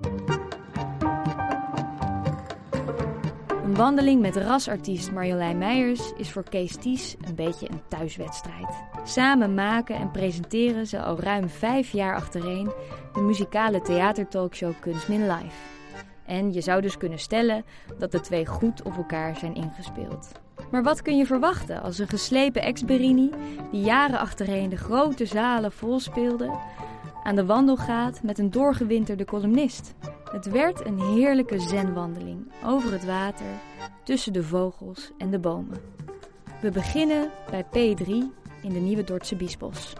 Een wandeling met rasartiest Marjolein Meijers is voor Kees Ties een beetje een thuiswedstrijd. Samen maken en presenteren ze al ruim 5 jaar achtereen de muzikale theatertalkshow Kunstmin Live. En je zou dus kunnen stellen dat de twee goed op elkaar zijn ingespeeld. Maar wat kun je verwachten als een geslepen ex-Berini, die jaren achtereen de grote zalen vol speelde, aan de wandel gaat met een doorgewinterde columnist? Het werd een heerlijke zenwandeling over het water, tussen de vogels en de bomen. We beginnen bij P3 in de Nieuwe Dordtse Biesbos.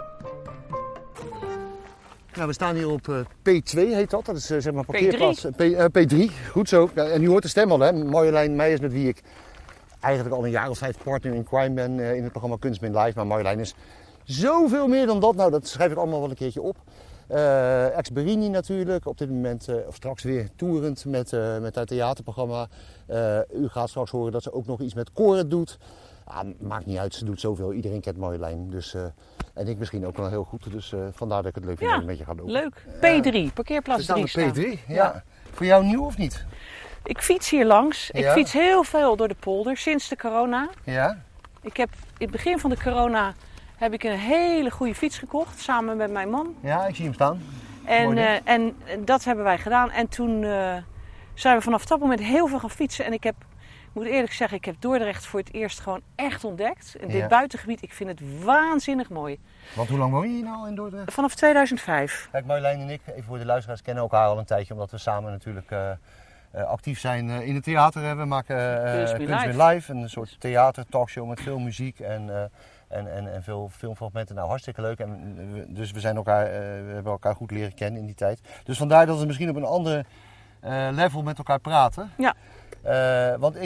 Nou, we staan hier op P2 heet dat. Dat is zeg maar parkeerplaats P3. Goed zo. En u hoort de stem al, hè? Marjolein Meijers, met wie ik eigenlijk al een jaar of 5 partner in crime ben in het programma Kunstmin Live. Maar Marjolein is zoveel meer dan dat. Nou, dat schrijf ik allemaal wel een keertje op. Ex-Berini natuurlijk, op dit moment of straks weer toerend met haar theaterprogramma. U gaat straks horen dat ze ook nog iets met koren doet. Maakt niet uit, ze doet zoveel. Iedereen kent Marjolein. Dus, en ik misschien ook wel heel goed. Dus vandaar dat ik het leuk vind om met je ga lopen. Leuk. P3, parkeerplaats 3 staan. P3, ja. Voor jou nieuw of niet? Ik fiets hier langs. Ik fiets heel veel door de polder sinds de corona. Ja. Ik heb in het begin van de corona heb ik een hele goede fiets gekocht, samen met mijn man. Ja, ik zie hem staan. En dat hebben wij gedaan. En toen zijn we vanaf dat moment heel veel gaan fietsen. En ik moet eerlijk zeggen, ik heb Dordrecht voor het eerst gewoon echt ontdekt. En dit buitengebied, ik vind het waanzinnig mooi. Want hoe lang woon je hier nou in Dordrecht? Vanaf 2005. Kijk, Marjolein en ik, even voor de luisteraars, kennen elkaar al een tijdje. Omdat we samen natuurlijk actief zijn in het theater. We maken Kunstmin Live, een soort theater-talkshow met veel muziek en veel filmfragmenten. Nou, hartstikke leuk. Dus we hebben elkaar goed leren kennen in die tijd. Dus vandaar dat we misschien op een ander level met elkaar praten. Ja. Want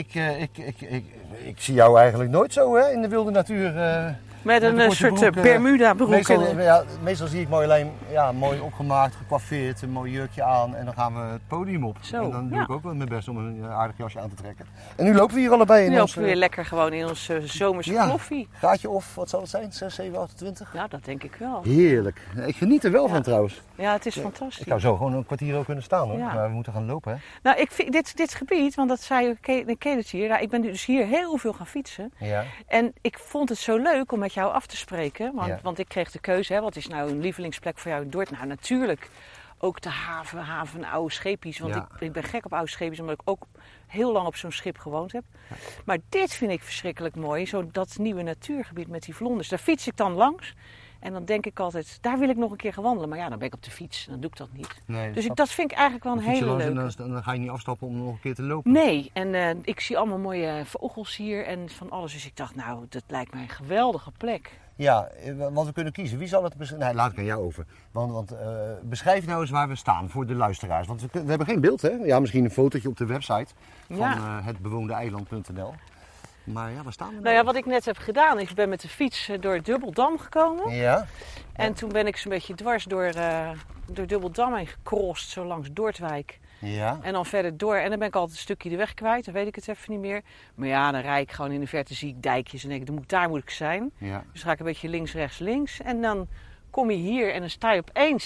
ik zie jou eigenlijk nooit zo in de wilde natuur. Met een soort Bermuda-broek. Meestal zie ik Marjolein mooi opgemaakt, gecoiffeerd, een mooi jurkje aan. En dan gaan we het podium op. Zo, en dan doe ik ook wel mijn best om een aardig jasje aan te trekken. En nu lopen we hier allebei in Nu lopen we weer lekker gewoon in onze zomerse koffie. Gaatje of, wat zal het zijn? 6, 7, 28? Ja, dat denk ik wel. Heerlijk. Ik geniet er wel van trouwens. Ja, het is fantastisch. Ik zou zo gewoon een kwartier ook kunnen staan hoor. Ja. Maar we moeten gaan lopen hè. Nou, ik vind dit gebied, want dat zei Kees hier. Nou, ik ben dus hier heel veel gaan fietsen. Ja. En ik vond het zo leuk om met jou af te spreken. Want ik kreeg de keuze, wat is nou een lievelingsplek voor jou in Dordrecht? Nou, natuurlijk ook de haven oude scheepjes. Want ik ben gek op oude scheepjes, omdat ik ook heel lang op zo'n schip gewoond heb. Ja. Maar dit vind ik verschrikkelijk mooi. Zo dat nieuwe natuurgebied met die vlonders. Daar fiets ik dan langs. En dan denk ik altijd, daar wil ik nog een keer gaan wandelen. Maar ja, dan ben ik op de fiets. Dan doe ik dat niet. Nee, dus dat vind ik eigenlijk wel een hele leuke. Dan ga je niet afstappen om nog een keer te lopen? Nee, en ik zie allemaal mooie vogels hier en van alles. Dus ik dacht, nou, dat lijkt mij een geweldige plek. Ja, want we kunnen kiezen. Wie zal het beschrijven? Nee, laat ik aan jou over. Want beschrijf nou eens waar we staan voor de luisteraars. Want we hebben geen beeld, hè? Ja, misschien een fotootje op de website van hetbewoondeeiland.nl. Maar ja, waar staan we nou? Wat ik net heb gedaan, ik ben met de fiets door Dubbeldam gekomen. Ja. En toen ben ik zo'n beetje dwars door Dubbeldam heen gecrossed, zo langs Dordwijk. Ja. En dan verder door. En dan ben ik altijd een stukje de weg kwijt, dan weet ik het even niet meer. Maar ja, dan rijd ik gewoon in de verte, zie ik dijkjes en denk ik, daar moet ik zijn. Ja. Dus ga ik een beetje links, rechts, links. En dan kom je hier en dan sta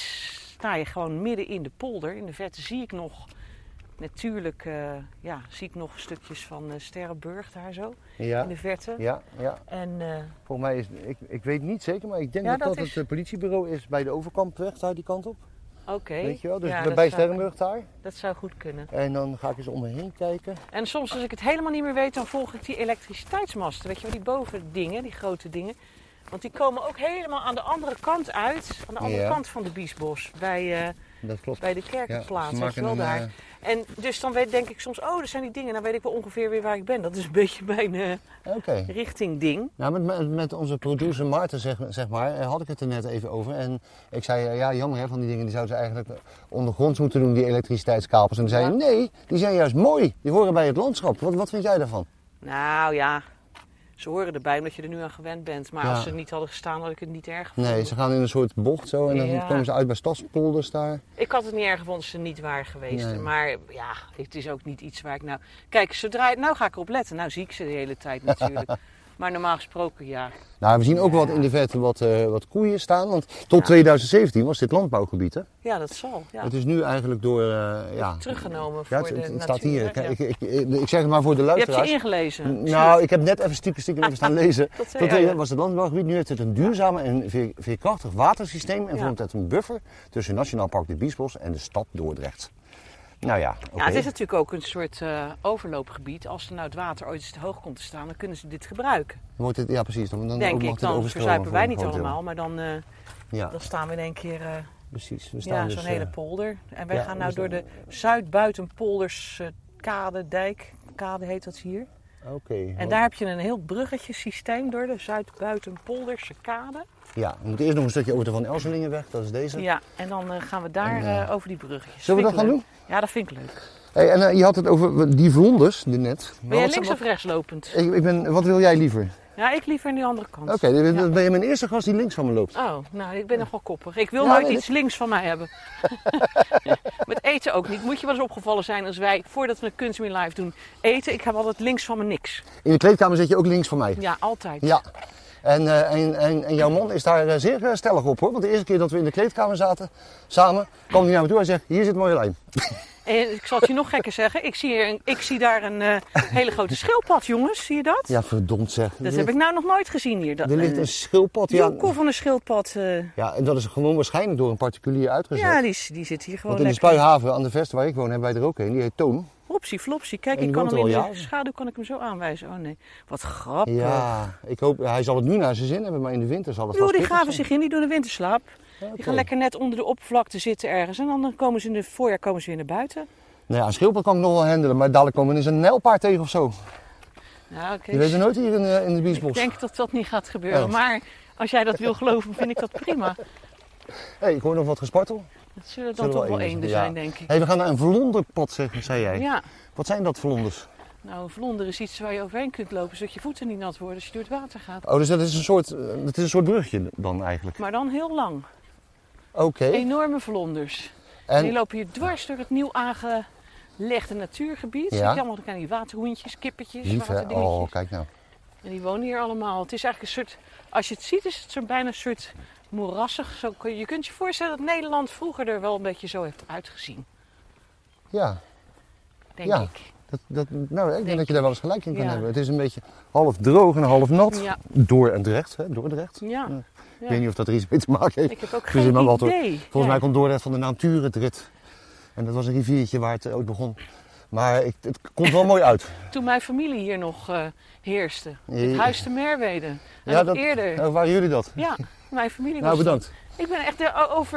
je gewoon midden in de polder. In de verte zie ik nog... Natuurlijk zie ik nog stukjes van Sterrenburg daar zo, in de verte. Ja. En, volgens mij ik weet niet zeker, maar ik denk dat het politiebureau is bij de Overkampweg, daar die kant op. Oké. Weet je wel, dus bij Sterrenburg daar. Dat zou goed kunnen. En dan ga ik eens om me heen kijken. En soms als ik het helemaal niet meer weet, dan volg ik die elektriciteitsmasten. Weet je wel, die bovendingen, die grote dingen. Want die komen ook helemaal aan de andere kant uit, aan de andere kant van de Biesbos, bij de Kerkenplaats, weet je wel, daar. En dus dan denk ik soms, dat zijn die dingen, dan weet ik wel ongeveer weer waar ik ben. Dat is een beetje mijn richting ding. Nou, met onze producer Maarten, zeg maar, had ik het er net even over. En ik zei, jammer hè, van die dingen, die zouden ze eigenlijk ondergronds moeten doen, die elektriciteitskabels. En toen zei je, nee, die zijn juist mooi. Die horen bij het landschap. Wat vind jij daarvan? Nou ja... Ze horen erbij omdat je er nu aan gewend bent. Maar als ze niet hadden gestaan, had ik het niet erg gevonden. Nee, ze gaan in een soort bocht zo en dan komen ze uit bij Stadspolders daar. Ik had het niet erg gevonden als ze niet waren geweest. Nee. Maar ja, het is ook niet iets waar ik nou... Kijk, nou ga ik erop letten. Nou zie ik ze de hele tijd natuurlijk. Maar normaal gesproken, ja. Nou, we zien ook wat in de verte wat koeien staan. Want tot 2017 was dit landbouwgebied, hè? Ja, dat zal. Ja. Het is nu eigenlijk door... teruggenomen voor de natuur. Het staat hier. Kijk, ik zeg het maar voor de luisteraars. Je hebt je ingelezen. Nou, ik heb net even stiekem even staan lezen. Tot was het landbouwgebied. Nu heeft het een duurzame en veerkrachtig watersysteem. En vormt het een buffer tussen Nationaal Park de Biesbos en de stad Dordrecht. Nou ja, ja, het is natuurlijk ook een soort overloopgebied. Als er nou het water ooit eens te hoog komt te staan, dan kunnen ze dit gebruiken. Wordt het, ja, precies. Dan denk ik, dan verzuipen wij niet allemaal, maar dan staan we in één keer... precies. We staan zo'n hele polder. En wij gaan nou door de Zuidbuitenpolders kade heet dat hier. En daar heb je een heel bruggetjesysteem door de Zuidbuitenpolderse kade. Ja, we moeten eerst nog een stukje over de Van Elselingenweg, dat is deze. Ja, en dan gaan we daar over die bruggetjes. Zullen we dat gaan doen? Ja, dat vind ik leuk. Hey, en je had het over die vlonders net. Ben jij links of rechts lopend? Wat wil jij liever? Ja, ik liever aan die andere kant. Oké, dan ben je mijn eerste gast die links van me loopt. Oh, nou, ik ben nog wel koppig. Ik wil nooit iets links van mij hebben. Met eten ook niet. Moet je wel eens opgevallen zijn als wij, voordat we een Kunstmin Live doen, eten. Ik heb altijd links van me niks. In de kleedkamer zit je ook links van mij? Ja, altijd. Ja. En jouw man is daar zeer stellig op, hoor. Want de eerste keer dat we in de kleedkamer zaten, samen, kwam hij naar me toe en zegt, hier zit Marjolein. En ik zal het je nog gekker zeggen. Ik zie daar een hele grote schildpad, jongens. Zie je dat? Ja, verdomd zeg. Dat heb ik nou nog nooit gezien hier. Er ligt een schildpad. Ja. Joekel van een schildpad. Ja, en dat is gewoon waarschijnlijk door een particulier uitgezet. Ja, die zit hier gewoon. Want in de Spuihaven aan de Vest waar ik woon, hebben wij er ook een. Die heet Toon. Hopsie flopsie. Kijk, ik kan hem in de schaduw kan ik hem zo aanwijzen. Oh nee, wat grappig. Ja, ik hoop, hij zal het nu naar zijn zin hebben, maar in de winter zal het vast die graven zich in, die doen de winterslaap. Okay. Die gaan lekker net onder de oppervlakte zitten ergens. En dan komen ze in het voorjaar weer naar buiten. Nou ja, een schildpad kan ik nog wel handelen, maar dadelijk komen er eens een nijlpaard tegen of zo. Ja, okay. Je weet het nooit hier in de Biesbos. Ik denk dat dat niet gaat gebeuren, maar als jij dat wil geloven, vind ik dat prima. Hey, ik hoor nog wat gespartel. Dat zullen dan toch wel eenden zijn, denk ik. Hey, we gaan naar een vlonderpad, zei jij. Ja. Wat zijn dat vlonders? Nou, een vlonder is iets waar je overheen kunt lopen, zodat je voeten niet nat worden als je door het water gaat. Oh, dus dat is een soort brugje dan eigenlijk? Maar dan heel lang. Oké. Enorme vlonders. En die lopen hier dwars door het nieuw aangelegde natuurgebied. Ja. Je allemaal die waterhoentjes, kippetjes, waterdingetjes. Oh, kijk nou. En die wonen hier allemaal. Het is eigenlijk een soort, als je het ziet, is het bijna een soort moerassig. Je kunt je voorstellen dat Nederland vroeger er wel een beetje zo heeft uitgezien. Ja. Denk ik. Ik denk dat je daar wel eens gelijk in kan hebben. Het is een beetje half droog en half nat. Ja. Dordrecht. Ja. Ik weet niet of dat er iets mee te maken heeft. Ik heb ook geen idee. Volgens mij komt Dordrecht van de naam Turentritt. En dat was een riviertje waar het ooit begon. Maar het komt wel mooi uit. Toen mijn familie hier nog heerste. Het Huis te Merwede. En nog eerder. Waren jullie dat? Ja, mijn familie was Nou, bedankt. Dat. Ik ben echt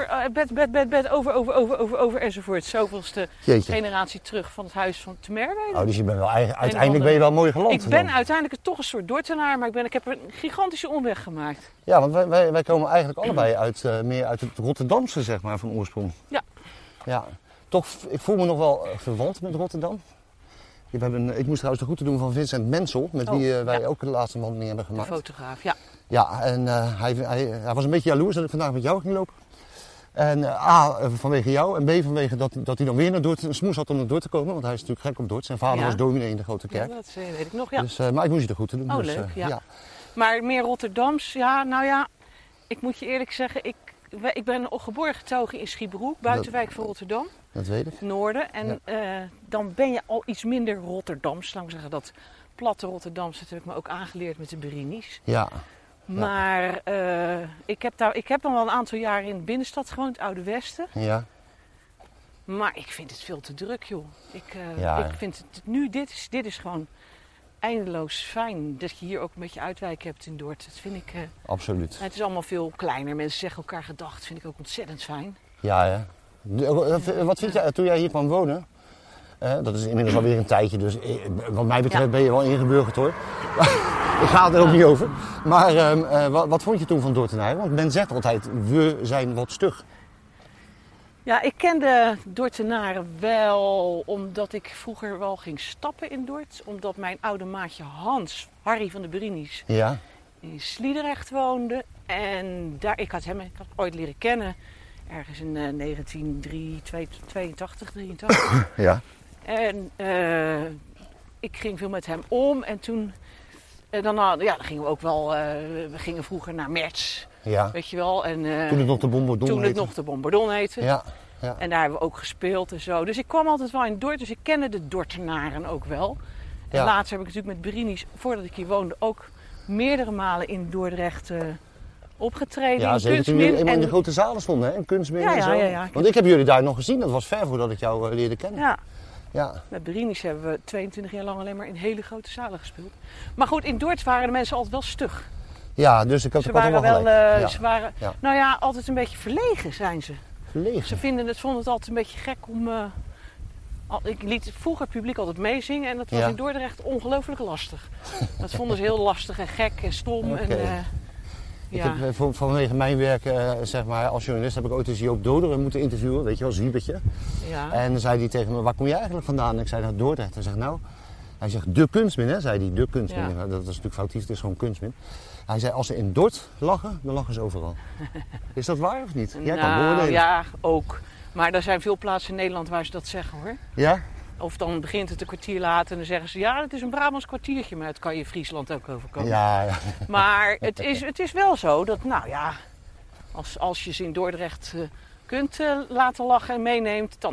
over enzovoort. Zoveelste generatie terug van het Huis van te Merwede. Oh, dus je bent wel uiteindelijk ben je wel mooi geland. Ik ben uiteindelijk toch een soort Dordtenaar, maar ik heb een gigantische omweg gemaakt. Ja, want wij komen eigenlijk allebei meer uit het Rotterdamse, zeg maar, van oorsprong. Ja. Toch, ik voel me nog wel verwant met Rotterdam. Ik moest trouwens de groeten doen van Vincent Mensel, met wie wij ook de laatste wandeling hebben gemaakt. De fotograaf, ja. Ja, en hij was een beetje jaloers dat ik vandaag met jou ging lopen. En vanwege jou en B vanwege dat hij dan weer naar Dordrecht smoes had om naar Dordrecht te komen. Want hij is natuurlijk gek op Dordrecht. Zijn vader was dominee in de Grote Kerk. Ja, dat weet ik nog, ja. Dus, maar ik moest je de groeten doen. Oh, dus, leuk, ja. Maar meer Rotterdams, ik moet je eerlijk zeggen, ik ben geboren getogen in Schiebroek, buitenwijk van Rotterdam. Dat weet ik. Noorden. En dan ben je al iets minder Rotterdams. Laat ik zeggen, dat platte Rotterdamse heb ik me ook aangeleerd met de Berini's. Ja. Maar ik heb dan wel een aantal jaren in de binnenstad gewoond, het Oude Westen. Ja. Maar ik vind het veel te druk, joh. Ik vind het nu, dit is gewoon eindeloos fijn dat je hier ook een beetje uitwijk hebt in Dordrecht. Dat vind ik... Absoluut. Het is allemaal veel kleiner. Mensen zeggen elkaar gedag. Dat vind ik ook ontzettend fijn. Ja, ja. Wat vind jij toen jij hier kwam wonen? Dat is inmiddels alweer een tijdje, dus wat mij betreft ben je wel ingeburgerd, hoor. Ik ga het er ook niet over. Maar wat vond je toen van Dordtenaren? Want men zegt altijd, we zijn wat stug. Ja, ik kende Dordtenaren wel omdat ik vroeger wel ging stappen in Dort. Omdat mijn oude maatje Harry van de Berini's, in Sliedrecht woonde. En ik had hem ooit leren kennen, ergens in 1982, 83. Ja. En ik ging veel met hem om en toen En dan gingen we ook wel, we gingen vroeger naar Mertz, weet je wel. En, toen het nog de Bombardon heette. Ja. Ja. En daar hebben we ook gespeeld en zo. Dus ik kwam altijd wel in Dort, dus ik kende de Dordtenaren ook wel. En later heb ik natuurlijk met Berini's, voordat ik hier woonde, ook meerdere malen in Dordrecht opgetreden. Ja, zeker toen jullie eenmaal in de grote zalen stonden, hè? In Kunstmin en zo. Ja. Want ik heb jullie daar nog gezien, dat was ver voordat ik jou leerde kennen. Ja. Met Berini's hebben we 22 jaar lang alleen maar in hele grote zalen gespeeld. Maar goed, in Dort waren de mensen altijd wel stug. Ja, dus ik had ze waren wel ze waren, altijd een beetje verlegen zijn ze. Verlegen? Ze vonden het altijd een beetje gek om... ik liet vroeger het publiek altijd meezingen en dat was in Dordrecht ongelooflijk lastig. Dat vonden ze heel lastig en gek en stom. Okay. Ik heb, vanwege mijn werk, zeg maar, als journalist heb ik ooit eens Joop Doderen moeten interviewen, weet je wel, Zwiebertje. Ja. En dan zei hij tegen me, waar kom je eigenlijk vandaan? En ik zei, Dordrecht. Hij zegt, de Kunstmin, hè, zei hij, de Kunstmin. Ja. Dat is natuurlijk foutief, het is gewoon Kunstmin. Hij zei, als ze in Dort lachen, dan lachen ze overal. Is dat waar of niet? Jij kan beoordelen. Ja, ook. Maar er zijn veel plaatsen in Nederland waar ze dat zeggen, hoor. Ja? Of dan begint het een kwartier later en dan zeggen ze... ja, het is een Brabants kwartiertje, maar het kan je Friesland ook overkomen. Ja. Maar het is wel zo dat, als je ze in Dordrecht kunt laten lachen en meeneemt... dan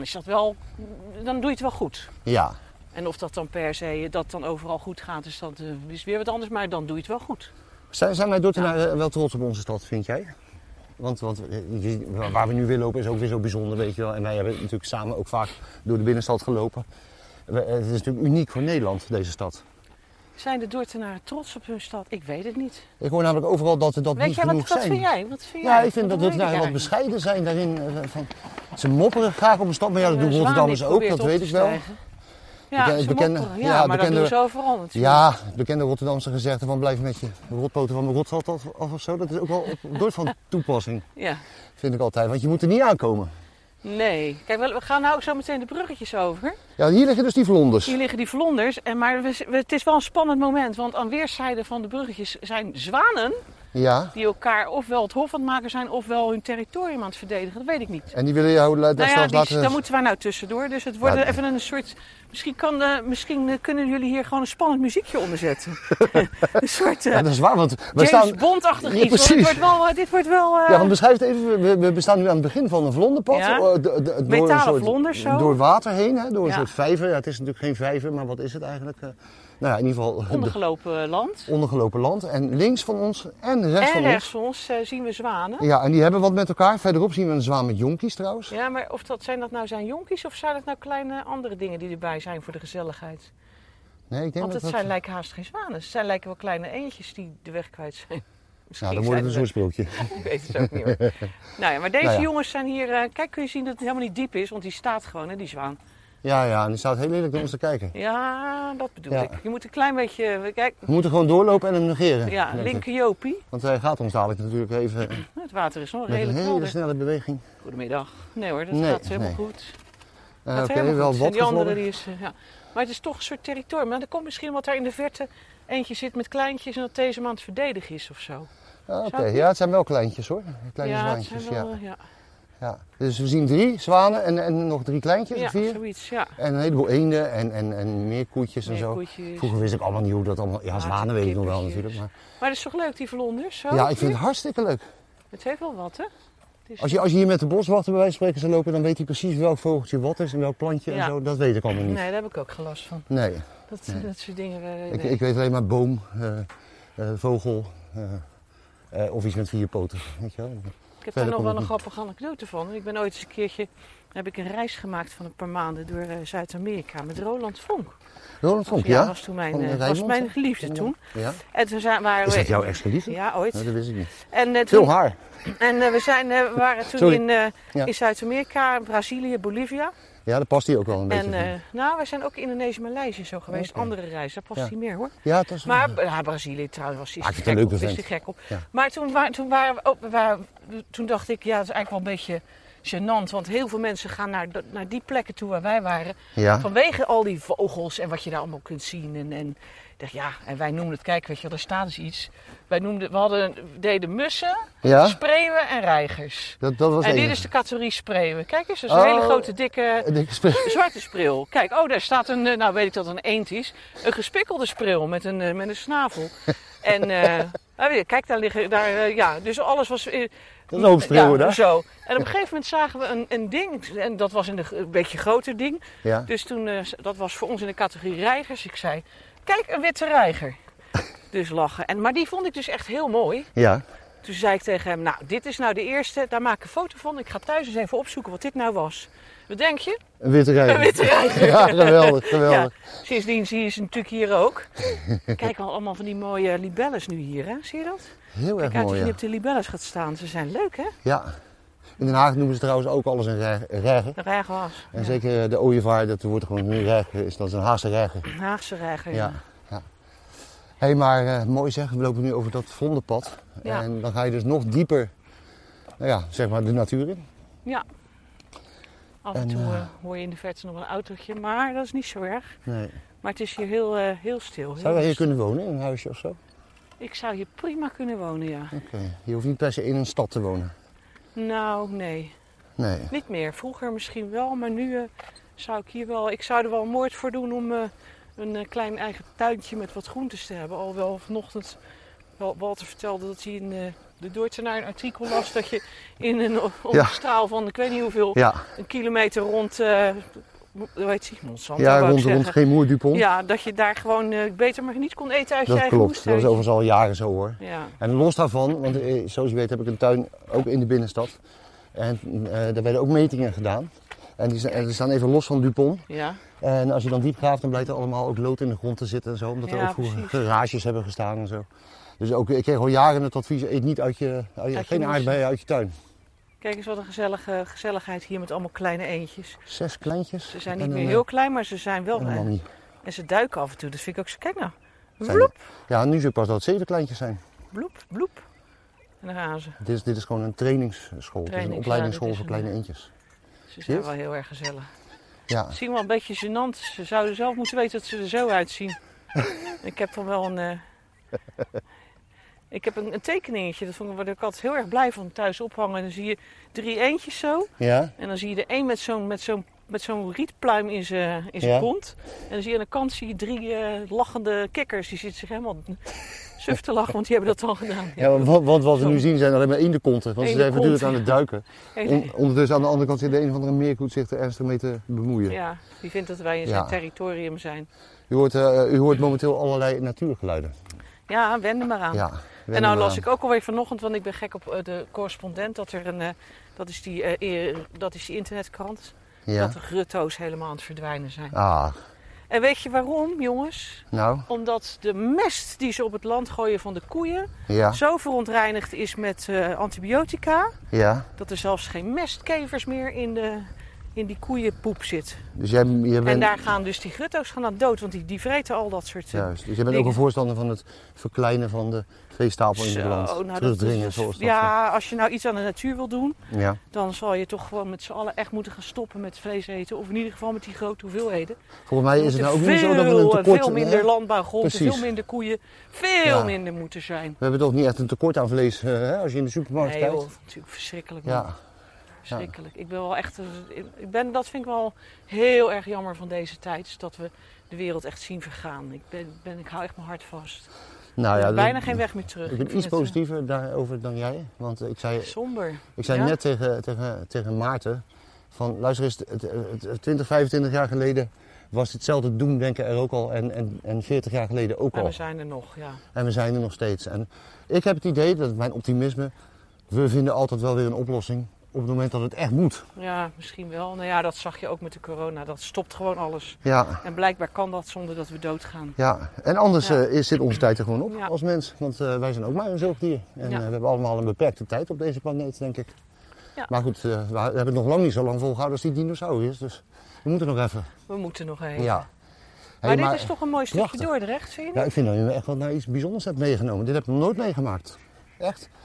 doe je het wel goed. Ja. En of dat dan per se dat dan overal goed gaat, dus dat is weer wat anders. Maar dan doe je het wel goed. Zijn wij Dordtenaren wel trots op onze stad, vind jij? Want waar we nu weer lopen is ook weer zo bijzonder, weet je wel. En wij hebben natuurlijk samen ook vaak door de binnenstad gelopen. Het is natuurlijk uniek voor Nederland, deze stad. Zijn de Dordtenaren trots op hun stad? Ik weet het niet. Ik hoor namelijk overal dat dat niet genoeg zijn. Wat vind jij? Ja, ik vind dat Dordtenaren wat bescheiden zijn daarin. Ze mopperen graag op een stad, maar dat doen Rotterdammers ook, dat weet ik wel. Ja, maar dat doen ze overal natuurlijk. Ja, het bekende Rotterdamse gezegde van blijf met je rotpoten van mijn rotgat af of zo. Dat is ook wel op Dort van toepassing. Ja. Vind ik altijd, want je moet er niet aankomen. Nee. Kijk, we gaan nou ook zo meteen de bruggetjes over. Ja, hier liggen dus die vlonders. Hier liggen die vlonders, maar het is wel een spannend moment. Want aan weerszijden van de bruggetjes zijn zwanen. Ja. Die elkaar ofwel het hof aan het maken zijn ofwel hun territorium aan het verdedigen. Dat weet ik niet. En die willen jou laten... Daar moeten wij nou tussendoor. Dus het wordt even een soort... Misschien kunnen jullie hier gewoon een spannend muziekje onder zetten. Een soort dat is waar, want we James Bond-achtig iets. Dit wordt wel... Ja, want beschrijf het even. We staan nu aan het begin van een vlonderpad. Ja. Metalen vlonders zo. Door water heen, hè? Door een soort vijver. Ja, het is natuurlijk geen vijver, maar wat is het eigenlijk? Nou ja, in ieder geval... Ondergelopen land. Ondergelopen land. En links van ons en rechts van ons zien we zwanen. Ja, en die hebben wat met elkaar. Verderop zien we een zwaan met jonkies trouwens. Ja, maar zijn dat nou zijn jonkies of zijn dat nou kleine andere dingen die erbij zijn voor de gezelligheid? Nee, ik denk want het lijken haast geen zwanen. Ze lijken wel kleine eendjes die de weg kwijt zijn. Nou, dan wordt het een soort sprookje. Ik weet het ook niet meer. Nou ja, maar deze jongens zijn hier... kijk, kun je zien dat het helemaal niet diep is, want die staat gewoon, hè, die zwaan. Ja, en die staat heel lelijk naar ons te kijken. Ja, dat bedoel ik. Je moet een klein beetje... Kijk. We moeten gewoon doorlopen en hem negeren. Ja, linker Jopie. Want hij gaat ons dadelijk natuurlijk even... Het water is nog redelijk een hele snelle beweging. Goedemiddag. Nee hoor, dat gaat helemaal goed. Oké, wel wat die andere die is... Maar het is toch een soort territorium. Maar er komt misschien wat daar in de verte eentje zit met kleintjes en dat deze man aan het verdedigen is of zo. Oké, ja, het zijn wel kleintjes hoor. Kleine zwaantjes, ja. Dus we zien 3 zwanen en nog 3 kleintjes, 4. Ja, zoiets, ja. En een heleboel eenden en meer koetjes en zo. Vroeger wist ik allemaal niet hoe dat allemaal... Ja, zwanen weet ik nog wel natuurlijk. Maar dat is toch leuk, die vlonders? Zo, ja, ik vind het hartstikke leuk. Het heeft wel wat, hè? Als je hier met de boswachter bij wijze van spreken zou lopen, dan weet hij precies welk vogeltje wat is en welk plantje en zo. Dat weet ik allemaal niet. Nee, daar heb ik ook geen last van. Nee. Dat soort dingen... Ik weet alleen maar boom, vogel of iets met 4 poten, weet je wel. Ik heb daar nog wel een grappige anekdote van. Ik ben ooit eens een keertje... heb ik een reis gemaakt van een paar maanden door Zuid-Amerika met Roland Vonk. Roland Vonk, ja? Was toen mijn geliefde toen. Ja. En toen waren is dat jouw ex-geliefde? Ja, ooit. Nee, dat wist ik niet. En, veel haar. En we waren toen in Zuid-Amerika, Brazilië, Bolivia. Ja, dat past hij ook wel een beetje. En wij zijn ook in Indonesië, Maleisië zo geweest. Okay. Andere reizen, daar past hij meer hoor. Ja, dat is maar Brazilië trouwens was hij gek op. Ja. Maar toen dacht ik, ja, dat is eigenlijk wel een beetje gênant. Want heel veel mensen gaan naar die plekken toe waar wij waren. Ja. Vanwege al die vogels en wat je daar allemaal kunt zien. En ik dacht, ja, en wij noemden het, kijk, weet je, er staat dus iets. We deden mussen, spreeuwen en reigers. Dat was en dit is de categorie spreeuwen. Kijk eens, dat is een hele grote, dikke zwarte spreeuw. Kijk, daar staat nou weet ik dat het een eend is. Een gespikkelde spreeuw met een snavel. En kijk, daar liggen, dus alles was... dat is een hoop spreeuwen daar. Zo. En op een gegeven moment zagen we een ding, en dat was een beetje groter ding. Ja. Dus toen, dat was voor ons in de categorie reigers. Ik zei, kijk, een witte reiger. Dus lachen. Maar die vond ik dus echt heel mooi. Ja. Toen zei ik tegen hem, nou, dit is nou de eerste, daar maak ik een foto van. Ik ga thuis eens even opzoeken wat dit nou was. Wat denk je? Een witte reiger. Een witte reiger. Ja, geweldig. Ja, sindsdien zie je ze natuurlijk hier ook. Kijk, allemaal van die mooie libelles nu hier, hè? Zie je dat? Heel erg mooi, als je niet op de libelles gaat staan. Ze zijn leuk, hè? Ja. In Den Haag noemen ze trouwens ook alles een reiger. Een reigerwas. En zeker de ooievaar, dat wordt gewoon nu reiger, dat is een Haagse reiger. Een Haagse reiger, ja. Hé, maar mooi zeg, we lopen nu over dat vondenpad. Ja. En dan ga je dus nog dieper, zeg maar de natuur in. Ja. Af en toe hoor je in de verte nog een autootje, maar dat is niet zo erg. Nee. Maar het is hier heel stil. Zou jij hier kunnen wonen, in een huisje of zo? Ik zou hier prima kunnen wonen, ja. Oké. Je hoeft niet per se in een stad te wonen? Nou, nee. Niet meer. Vroeger misschien wel, maar nu zou ik hier wel... Ik zou er wel moord voor doen om een klein eigen tuintje met wat groentes te hebben. Alhoewel vanochtend Walter vertelde dat hij in de Dordtenaar een artikel las dat je in een straal van ik weet niet hoeveel, een kilometer rond... hoe heet die? Monsanto, rond Gemoer Dupont. Ja, dat je daar gewoon beter maar niet kon eten uit je eigen klopt. moestuin. Dat is overigens al jaren zo hoor. Ja. En los daarvan, want zoals je weet heb ik een tuin ook in de binnenstad. En daar werden ook metingen gedaan. En die staan even los van Dupont. Ja. En als je dan diep graaft, dan blijkt er allemaal ook lood in de grond te zitten en zo. Omdat er ook vroeger garages hebben gestaan en zo. Dus ook, ik kreeg al jaren het advies, eet niet geen aardbeien uit je tuin. Kijk eens wat een gezelligheid hier met allemaal kleine eendjes. 6 kleintjes. Ze zijn niet meer heel klein, maar ze zijn wel... En ze duiken af en toe, dat vind ik ook zo... Kijk nou, vloep. Ja, nu zie je pas dat het 7 kleintjes zijn. Bloep, bloep. En dan gaan ze. Dit is gewoon een trainingsschool. Het is een opleidingsschool voor kleine eendjes. Ze zijn wel heel erg gezellig. Ja. Zien wel een beetje gênant. Ze zouden zelf moeten weten dat ze er zo uitzien. Ik heb dan wel een... Ik heb een tekeningetje, daar ik altijd heel erg blij van thuis ophangen. En dan zie je 3 eendjes zo. Ja. En dan zie je er één met zo'n rietpluim in zijn kont. En dan zie je aan de kant 3 lachende kikkers. Die zitten zich helemaal suf te lachen, want die hebben dat al gedaan. Ja, want wat we nu zien zijn alleen maar eendenkonten. Want ze zijn voortdurend aan het duiken. Ondertussen aan de andere kant zit de een of andere meerkoet zich er ernstig mee te bemoeien. Ja, die vindt dat wij in zijn territorium zijn. U hoort momenteel allerlei natuurgeluiden. Ja, wend er maar aan. Ja, en nou las ik ook alweer vanochtend, want ik ben gek op de correspondent, dat er dat is die internetkrant, dat de grutto's helemaal aan het verdwijnen zijn. Ah. En weet je waarom, jongens? Nou? Omdat de mest die ze op het land gooien van de koeien zo verontreinigd is met antibiotica, dat er zelfs geen mestkevers meer in die koeienpoep zit. Dus jij bent... En daar gaan dus die grutto's aan dood, want die vreten al dat soort Juist, dus jij bent ook een voorstander van het verkleinen van de veestapel in het land. Terugdringen, zoals dat. Ja, als je nou iets aan de natuur wil doen, dan zal je toch gewoon met z'n allen echt moeten gaan stoppen met vlees eten. Of in ieder geval met die grote hoeveelheden. Volgens mij is het nou ook niet zo dat we een tekort... Veel minder landbouwgronden, veel minder koeien, veel minder moeten zijn. We hebben toch niet echt een tekort aan vlees als je in de supermarkt kijkt? Nee, natuurlijk verschrikkelijk. Man. Verschrikkelijk. Ik ben wel echt... dat vind ik wel heel erg jammer van deze tijd. Dat we de wereld echt zien vergaan. Ik hou echt mijn hart vast. Nou ja, bijna geen weg meer terug. Ik ben iets positiever daarover dan jij. Want ik zei... Somber. Ik zei net tegen Maarten... Van, luister eens, 20, 25 jaar geleden was hetzelfde doemdenken er ook al. En 40 jaar geleden ook al. En we zijn er nog, ja. En we zijn er nog steeds. En ik heb het idee, dat mijn optimisme... We vinden altijd wel weer een oplossing... Op het moment dat het echt moet. Ja, misschien wel. Nou ja, dat zag je ook met de corona. Dat stopt gewoon alles. Ja. En blijkbaar kan dat zonder dat we doodgaan. Ja, en anders zit onze tijd er gewoon op als mens. Want wij zijn ook maar een zoogdier. En we hebben allemaal een beperkte tijd op deze planeet, denk ik. Ja. Maar goed, we hebben het nog lang niet zo lang volgehouden als die dinosauriërs. Dus we moeten nog even. We moeten nog even. Ja. Maar dit is toch een mooi stukje Dordrecht, vind je? Ja, ik vind dat je echt wel naar iets bijzonders hebt meegenomen. Dit heb ik nog nooit meegemaakt. Echt.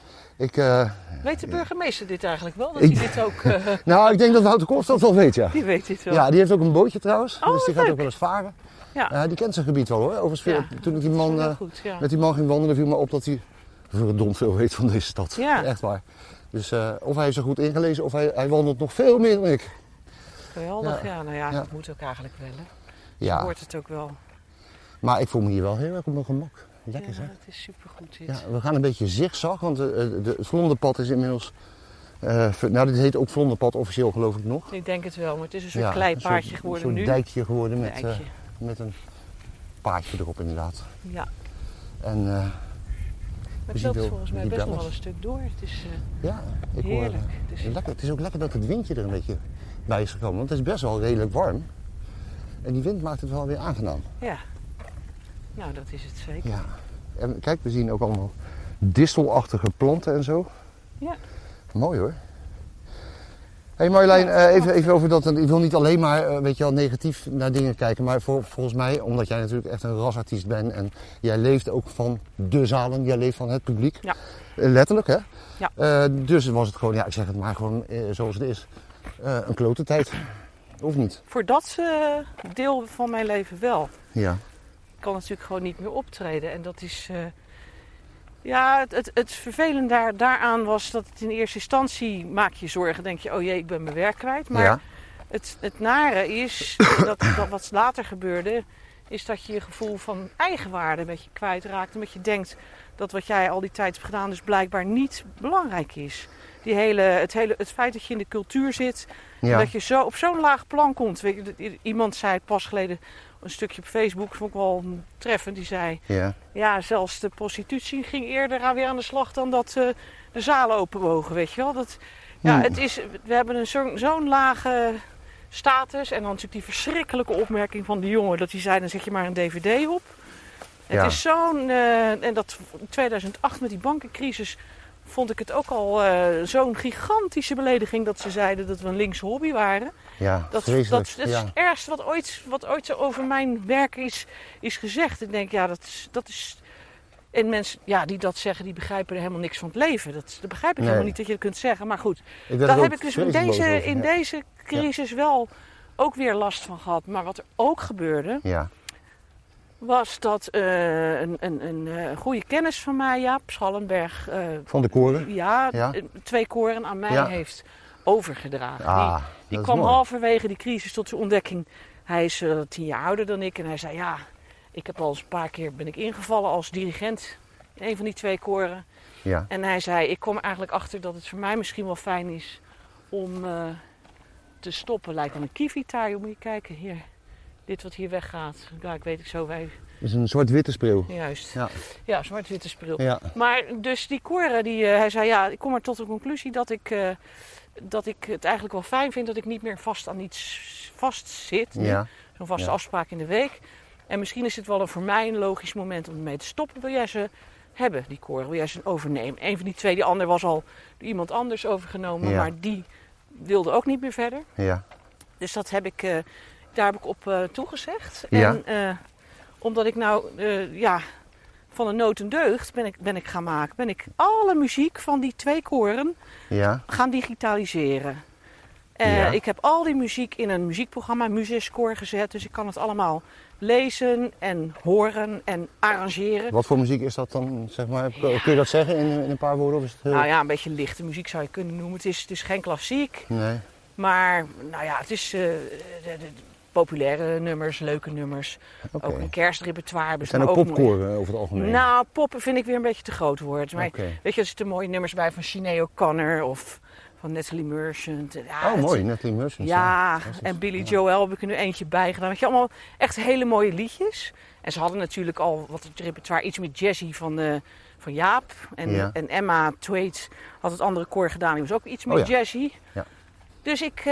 Weet de burgemeester dit eigenlijk wel? Dat hij dit ook... Nou, ik denk dat Wouter Koolstad wel weet, ja. Die weet dit wel. Ja, die heeft ook een bootje trouwens. Dus die leuk. gaat ook wel eens varen. Ja. Die kent zijn gebied wel hoor. Overigens, toen ik die man, met die man ging wandelen, viel me op dat hij verdomd veel weet van deze stad. Ja. Echt waar. Dus of hij is er goed ingelezen of hij wandelt nog veel meer dan ik. Geweldig, Nou ja, dat moet ook eigenlijk wel. Hè. Ja. Zo hoort het ook wel. Maar ik voel me hier wel heel erg op mijn gemak. Lekker zeg. Het is supergoed dit. Ja, we gaan een beetje zigzag, want het Vlonderpad is inmiddels... nou, dit heet ook Vlonderpad officieel geloof ik nog. Ik denk het wel, maar het is een soort kleipaadje geworden nu. Een soort dijkje geworden met een paadje erop inderdaad. Ja. En het loopt volgens mij best nog wel een stuk door. Het is heerlijk. Het is ook lekker dat het windje er een beetje bij is gekomen, want het is best wel redelijk warm. En die wind maakt het wel weer aangenaam. Ja. Nou, dat is het zeker. Ja. En kijk, we zien ook allemaal distelachtige planten en zo. Ja. Mooi hoor. Hé Marjolein, even over dat. Ik wil niet alleen maar negatief naar dingen kijken. Maar volgens mij, omdat jij natuurlijk echt een rasartiest bent. En jij leeft ook van de zalen. Jij leeft van het publiek. Ja. Letterlijk hè. Ja. Dus was het gewoon, ik zeg het maar gewoon zoals het is. Een klote tijd. Of niet? Voor dat deel van mijn leven wel. Ja. Ik kan natuurlijk gewoon niet meer optreden. En dat is... het vervelende daaraan was dat het in eerste instantie maak je zorgen. Denk je, oh jee, ik ben mijn werk kwijt. Maar het nare is, dat wat later gebeurde, is dat je je gevoel van eigenwaarde een beetje kwijtraakt. Omdat je denkt dat wat jij al die tijd hebt gedaan dus blijkbaar niet belangrijk is. Het feit dat je in de cultuur zit, dat je zo op zo'n laag plan komt. Weet je, iemand zei pas geleden een stukje op Facebook, vond ik wel treffend. Die zei, zelfs de prostitutie ging eerder weer aan de slag dan dat de zalen openwogen, weet je wel. We hebben zo'n lage status en dan natuurlijk die verschrikkelijke opmerking van die jongen dat hij zei, dan zet je maar een DVD op. Het is zo'n, en dat in 2008 met die bankencrisis vond ik het ook al zo'n gigantische belediging dat ze zeiden dat we een linkse hobby waren. Ja, dat is het ergste wat ooit zo over mijn werk is gezegd. Ik denk, dat is... En mensen die dat zeggen, die begrijpen er helemaal niks van het leven. Dat begrijp ik helemaal niet dat je dat kunt zeggen. Maar goed, daar heb ik dus in deze crisis wel ook weer last van gehad. Maar wat er ook gebeurde... Ja. Was dat een goede kennis van mij, Jaap Schallenberg... van de koren? Ja, 2 koren aan mij heeft overgedragen. Die kwam halverwege die crisis tot zijn ontdekking. Hij is 10 jaar ouder dan ik en hij zei... ik heb al eens een paar keer ben ik ingevallen als dirigent in een van die 2 koren. Ja. En hij zei, ik kom er eigenlijk achter dat het voor mij misschien wel fijn is om te stoppen. Lijkt wel een kievitaar, moet je kijken, hier... Dit wat hier weggaat, ik weet ik zo. Het is een zwart-witte spreeuw. Juist. Ja, zwart-witte spreeuw. Ja. Maar dus die koren, hij zei, ik kom er tot de conclusie dat ik het eigenlijk wel fijn vind dat ik niet meer vast aan iets vastzit. Ja. Zo'n vaste afspraak in de week. En misschien is het wel voor mij een logisch moment om ermee te stoppen. Wil jij ze hebben, die koren? Wil jij ze overnemen? Een van die 2, die ander was al door iemand anders overgenomen. Maar die wilde ook niet meer verder. Ja. Dus dat heb ik... Daar heb ik op toegezegd. Ja. En omdat ik van een nood een deugd ben ik gaan maken. Ben ik alle muziek van die 2 koren gaan digitaliseren. Ik heb al die muziek in een muziekprogramma, Musescore, gezet. Dus ik kan het allemaal lezen en horen en arrangeren. Wat voor muziek is dat dan, zeg maar? Kun je dat zeggen in een paar woorden? Of is het heel... Nou ja, een beetje lichte muziek zou je kunnen noemen. Het is geen klassiek. Nee. Maar, het is... populaire nummers, leuke nummers. Okay. Ook een kerstrepertoire. Het zijn ook popkoren over het algemeen? Nou, poppen vind ik weer een beetje te groot woord. Maar weet je, er zitten mooie nummers bij van Sinead O'Connor of van Natalie Merchant. Mooi, Natalie Merchant. Ja, en Billy Joel heb ik er nu eentje bij gedaan. Weet je, allemaal echt hele mooie liedjes. En ze hadden natuurlijk al wat het repertoire, iets met jazzy van Jaap. En Emma Thwaite had het andere koor gedaan. Die was ook iets meer jazzy. Ja. Dus ik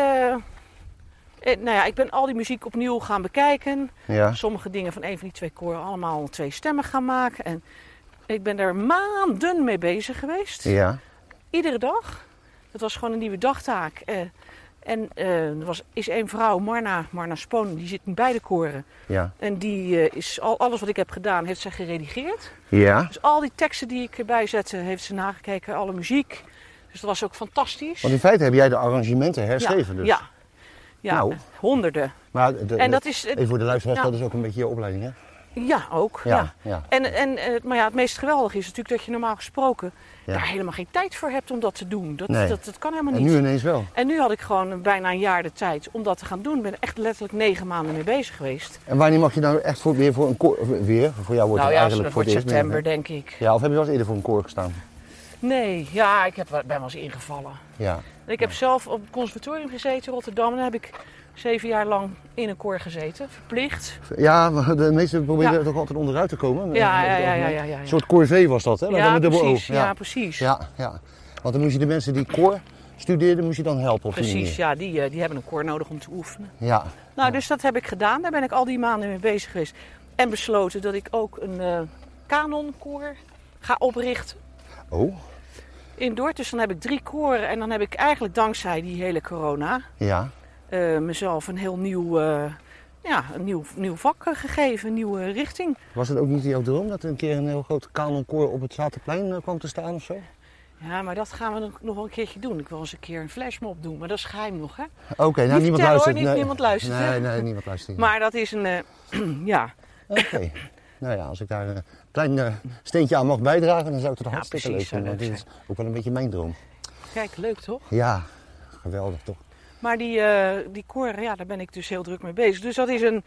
ben al die muziek opnieuw gaan bekijken. Ja. Sommige dingen van een van die 2 koren allemaal 2 stemmen gaan maken. En ik ben daar maanden mee bezig geweest. Ja. Iedere dag. Dat was gewoon een nieuwe dagtaak. En er is één vrouw, Marna Spoon, die zit in beide koren. Ja. En die is alles wat ik heb gedaan, heeft zij geredigeerd. Ja. Dus al die teksten die ik erbij zette, heeft ze nagekeken, alle muziek. Dus dat was ook fantastisch. Want in feite heb jij de arrangementen herschreven dus. Ja, nou. Honderden. Maar en dat is, even voor de luisteraars, dat is ook een beetje je opleiding, hè? Ja, ook. Ja. Maar het meest geweldige is natuurlijk dat je normaal gesproken daar helemaal geen tijd voor hebt om dat te doen. Dat kan helemaal niet. En nu ineens wel. En nu had ik gewoon bijna een jaar de tijd om dat te gaan doen. Ik ben echt letterlijk 9 maanden mee bezig geweest. En wanneer mag je nou echt weer voor een koor... Voor jou wordt het eigenlijk voor het eerst september, denk ik. Ja, of heb je wel eens eerder voor een koor gestaan? Nee, ja, ik ben wel eens ingevallen. Ja. Ik heb zelf op het conservatorium gezeten in Rotterdam. En daar heb ik 7 jaar lang in een koor gezeten, verplicht. Ja, maar de meesten proberen toch altijd onderuit te komen. Ja. Een soort corvée was dat, hè? Ja, met dubbel precies. O. Ja, precies. Ja. Want dan moest je de mensen die koor studeerden, moest je dan helpen op die manier. Ja, die hebben een koor nodig om te oefenen. Ja. Nou, dus dat heb ik gedaan. Daar ben ik al die maanden mee bezig geweest. En besloten dat ik ook een kanonkoor ga oprichten. Oh. In Dordt. Dus dan heb ik 3 koren. En dan heb ik eigenlijk dankzij die hele corona... mezelf een heel nieuw vak gegeven, een nieuwe richting. Was het ook niet jouw droom dat er een keer een heel groot kanonkoor op het Zaterplein kwam te staan of zo? Ja, maar dat gaan we nog wel een keertje doen. Ik wil eens een keer een flashmob doen, maar dat is geheim nog, hè? Oké, nou niemand luistert. Niemand luistert. Nee, niemand luistert. Maar dat is een, Oké. Nou ja, als ik daar een klein steentje aan mag bijdragen, dan zou ik het hartstikke leuk vinden. Want dit is ook wel een beetje mijn droom. Kijk, leuk toch? Ja, geweldig toch? Maar die koren, daar ben ik dus heel druk mee bezig. Dus dat is een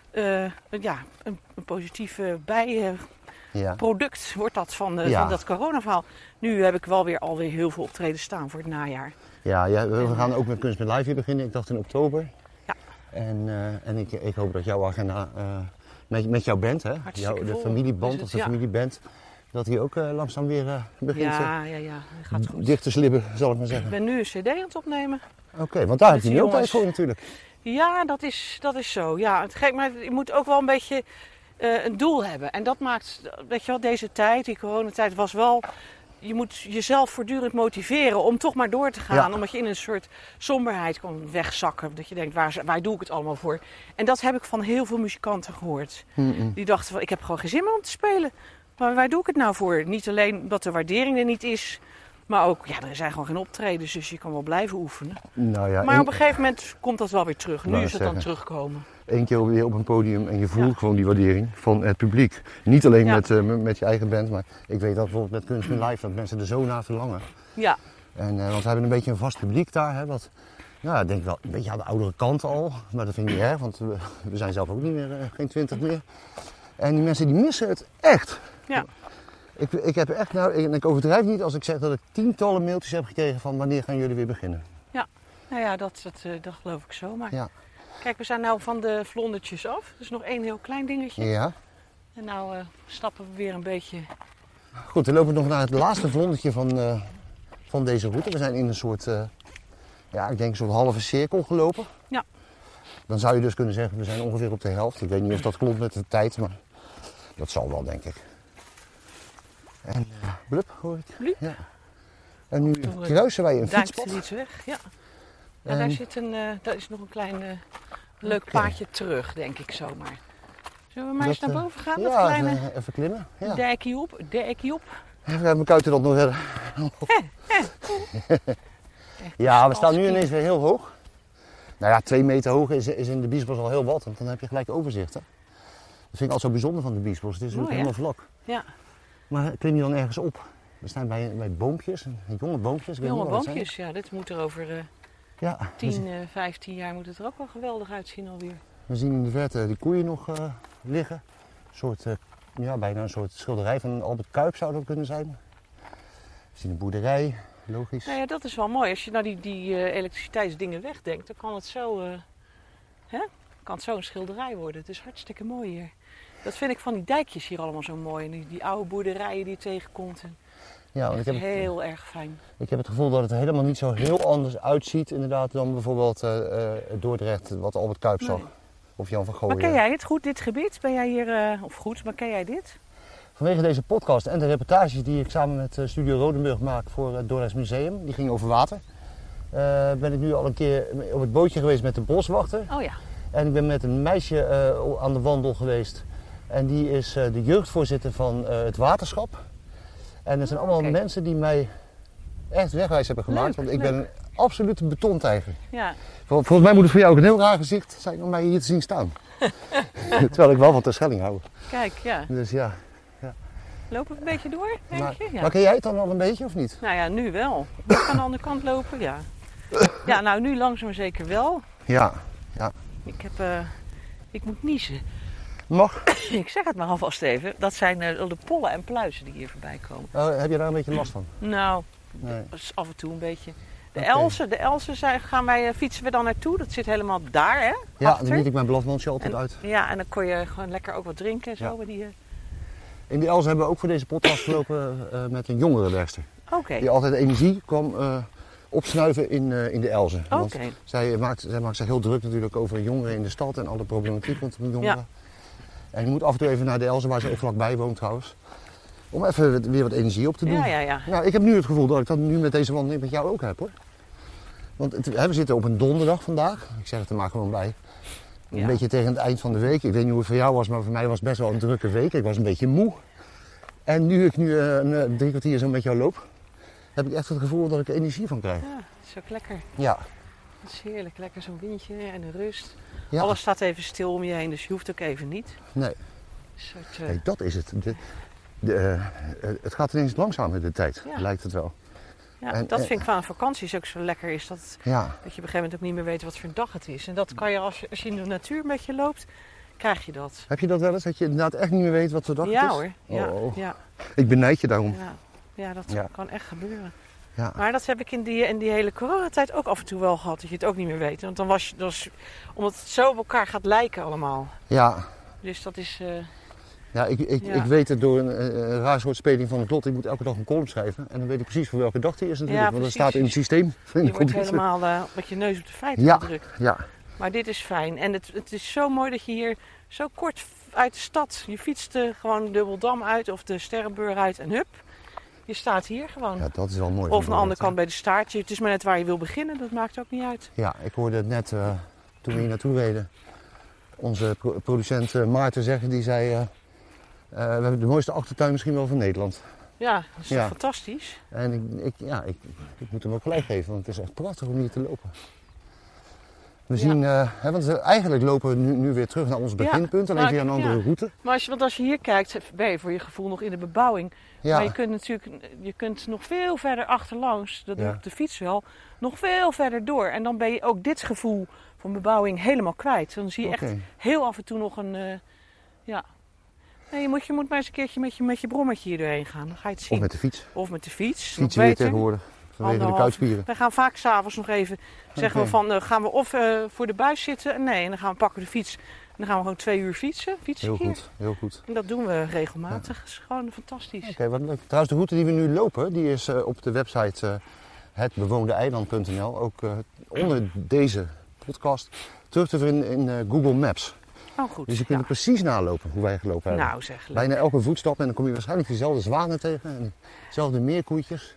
positief bijproduct wordt dat van dat coronaverhaal. Nu heb ik alweer heel veel optredens staan voor het najaar. Ja, we gaan ook met Kunst met Live weer beginnen. Ik dacht in oktober. Ja. En ik hoop dat jouw agenda met jouw band, hè? De familieband of de familieband, dat die ook langzaam weer begint. Ja, gaat goed. Dicht te slibben, zal ik maar zeggen. Ik ben nu een cd aan het opnemen. Oké, want daar heb je nu ook tijd voor natuurlijk. Ja, dat is zo. Ja, het gek, maar je moet ook wel een beetje een doel hebben. En dat maakt, weet je wel, deze tijd, die coronatijd was wel... Je moet jezelf voortdurend motiveren om toch maar door te gaan. Omdat je in een soort somberheid kan wegzakken. Dat je denkt, waar doe ik het allemaal voor? En dat heb ik van heel veel muzikanten gehoord. Die dachten van, ik heb gewoon geen zin meer om te spelen. Maar waar doe ik het nou voor? Niet alleen omdat de waardering er niet is... Maar ook, er zijn gewoon geen optredens, dus je kan wel blijven oefenen. Nou ja, maar op een gegeven moment komt dat wel weer terug. Nu is het dan terugkomen. Eén keer weer op een podium en je voelt gewoon die waardering van het publiek. Niet alleen met je eigen band, maar ik weet dat bijvoorbeeld met Kunst met Live dat mensen er zo naar verlangen. Ja. En, want we hebben een beetje een vast publiek daar, hè, wat, ik denk wel een beetje aan de oudere kant al. Maar dat vind ik niet erg, want we zijn zelf ook niet meer, geen 20 meer. En die mensen die missen het echt. Ja. Ik heb echt, en ik overdrijf niet als ik zeg dat ik tientallen mailtjes heb gekregen van wanneer gaan jullie weer beginnen. Ja, nou ja, dat geloof ik zo. Maar kijk, we zijn nou van de vlondertjes af. Dus nog 1 heel klein dingetje. Ja. En nou stappen we weer een beetje... Goed, we lopen nog naar het laatste vlondertje van deze route. We zijn in een soort, ik denk een soort halve cirkel gelopen. Ja. Dan zou je dus kunnen zeggen, we zijn ongeveer op de helft. Ik weet niet of dat klopt met de tijd, maar dat zal wel, denk ik. En blub, hoor ik. Blub. Ja. En nu kruisen wij een fietspad. Daar iets weg, ja. En daar is nog een klein leuk paadje terug, denk ik zomaar. Zullen we maar eens naar boven gaan? Ja, kleine... even klimmen. Ja. Dekkie op. Even mijn kuiten dat nog verder. Ja, we staan nu ineens weer heel hoog. Nou ja, 2 meter hoog is in de Biesbos al heel wat, want dan heb je gelijk overzicht. Hè? Dat vind ik altijd zo bijzonder van de Biesbos. Het is natuurlijk helemaal vlak. Ja. Maar klim je dan ergens op? We staan bij boompjes, jonge boompjes. Jonge boompjes, ja. Dit moet er over 10, 15 jaar moet het er ook wel geweldig uitzien alweer. We zien in de verte die koeien nog liggen. Bijna een soort schilderij van Albert Cuyp zou dat kunnen zijn. We zien een boerderij, logisch. Nou ja, dat is wel mooi. Als je nou die elektriciteitsdingen wegdenkt, dan kan het zo een schilderij worden. Het is hartstikke mooi hier. Dat vind ik van die dijkjes hier allemaal zo mooi. En die oude boerderijen die je tegenkomt. Ja, ik heb heel erg fijn. Ik heb het gevoel dat het er helemaal niet zo heel anders uitziet inderdaad dan bijvoorbeeld Dordrecht, wat Albert Cuyp zag. Of Jan van Gooien. Maar ken jij het goed, dit gebied? Ben jij hier, maar ken jij dit? Vanwege deze podcast en de reportages die ik samen met Studio Rodenburg maak voor het Dordrechts Museum, die ging over water. ben ik nu al een keer op het bootje geweest met de boswachter. Oh ja. En ik ben met een meisje aan de wandel geweest. En die is de jeugdvoorzitter van het waterschap. En er zijn allemaal mensen die mij echt wegwijs hebben gemaakt. Want ik ben een absolute betontijger. Ja. Volgens mij moet het voor jou ook een heel raar gezicht zijn om mij hier te zien staan. Terwijl ik wel van Terschelling hou. Kijk, ja. Dus ja. Lopen we een beetje door, denk je? Ja. Maar ken jij het dan al een beetje of niet? Nou ja, nu wel. Moet ik aan de andere kant lopen? Ja. Ja, nou nu langzaam maar zeker wel. Ja. Ik moet niezen. Mag? Ik zeg het maar alvast even. Dat zijn de pollen en pluizen die hier voorbij komen. Oh, heb je daar een beetje last van? Nou, dat is af en toe een beetje. De Elzen fietsen we dan naartoe. Dat zit helemaal daar, hè? Ja, achter. dan liet ik mijn bladmandje altijd uit. Ja, en dan kon je gewoon lekker ook wat drinken en zo. Ja. In die Elzen hebben we ook voor deze podcast gelopen met een jongerenwerkster. Oké. Die altijd energie kwam opsnuiven in de Elzen. Oké. Zij maakt zich heel druk natuurlijk over jongeren in de stad en alle problematiek rondom jongeren. Ja. En je moet af en toe even naar de Elzen, waar ze ook vlakbij woont trouwens. Om even weer wat energie op te doen. Ja. Nou, ik heb nu het gevoel dat ik dat nu met deze wandeling met jou ook heb, hoor. Want we zitten op een donderdag vandaag. Ik zeg het er maar gewoon bij. Een beetje tegen het eind van de week. Ik weet niet hoe het voor jou was, maar voor mij was het best wel een drukke week. Ik was een beetje moe. En nu ik 3 kwartier zo met jou loop, heb ik echt het gevoel dat ik er energie van krijg. Ja, dat is ook lekker. Ja. Het is heerlijk. Lekker zo'n windje en een rust. Ja. Alles staat even stil om je heen, dus je hoeft ook even niet. Nee. Nee, dat is het. Het gaat ineens langzaam met de tijd, lijkt het wel. Ja, en dat vind ik van vakanties ook zo lekker is. Dat je op een gegeven moment ook niet meer weet wat voor een dag het is. En dat kan je als je in de natuur een beetje loopt, krijg je dat. Heb je dat wel eens? Dat je inderdaad echt niet meer weet wat voor dag het is? Ja hoor. Ja. Ik benijd je daarom. Ja, dat kan echt gebeuren. Ja. Maar dat heb ik in die hele coronatijd ook af en toe wel gehad. Dat je het ook niet meer weet. Want dan omdat het zo op elkaar gaat lijken allemaal. Ja. Dus dat is... Ja, ik weet het door een raar soort speling van het lot. Ik moet elke dag een column schrijven. En dan weet ik precies voor welke dag die is natuurlijk. Want dat staat in het systeem. Je wordt helemaal met je neus op de feiten gedrukt. Ja. Maar dit is fijn. En het is zo mooi dat je hier zo kort uit de stad... Je fietst gewoon Dubbeldam uit of de Sterrenburg uit en hup. Je staat hier gewoon. Ja, dat is wel mooi. Of aan de andere kant bij de staartje. Het is maar net waar je wil beginnen. Dat maakt ook niet uit. Ja, ik hoorde het net toen we hier naartoe reden. Onze producent Maarten zeggen, die zei... we hebben de mooiste achtertuin misschien wel van Nederland. Ja, dat is toch fantastisch. En ik moet hem ook gelijk geven, want het is echt prachtig om hier te lopen. We zien, want eigenlijk lopen we nu weer terug naar ons beginpunt, alleen via een andere route. Maar als je hier kijkt, ben je voor je gevoel nog in de bebouwing. Ja. Maar je kunt nog veel verder achterlangs, dat doe ik op de fiets wel, nog veel verder door. En dan ben je ook dit gevoel van bebouwing helemaal kwijt. Dan zie je echt heel af en toe nog een... Nee, je moet maar eens een keertje met je brommetje hier doorheen gaan. Dan ga je het zien. Of met de fiets. Fietsen weer tegenwoordig. Vanwege de kuitspieren. We gaan vaak s'avonds nog even zeggen we van gaan we of voor de buis zitten. Nee, en dan gaan we pakken de fiets. En dan gaan we gewoon 2 uur fietsen. Heel goed. En dat doen we regelmatig. Dat is gewoon fantastisch. Oké, wat leuk. Trouwens, de route die we nu lopen, die is op de website hetbewoondeeiland.nl. Ook onder deze podcast terug te vinden in Google Maps. Oh, goed. Dus je kunt er precies nalopen hoe wij gelopen hebben. Nou zeg. Bijna elke voetstap en dan kom je waarschijnlijk dezelfde zwanen tegen en dezelfde meerkoetjes.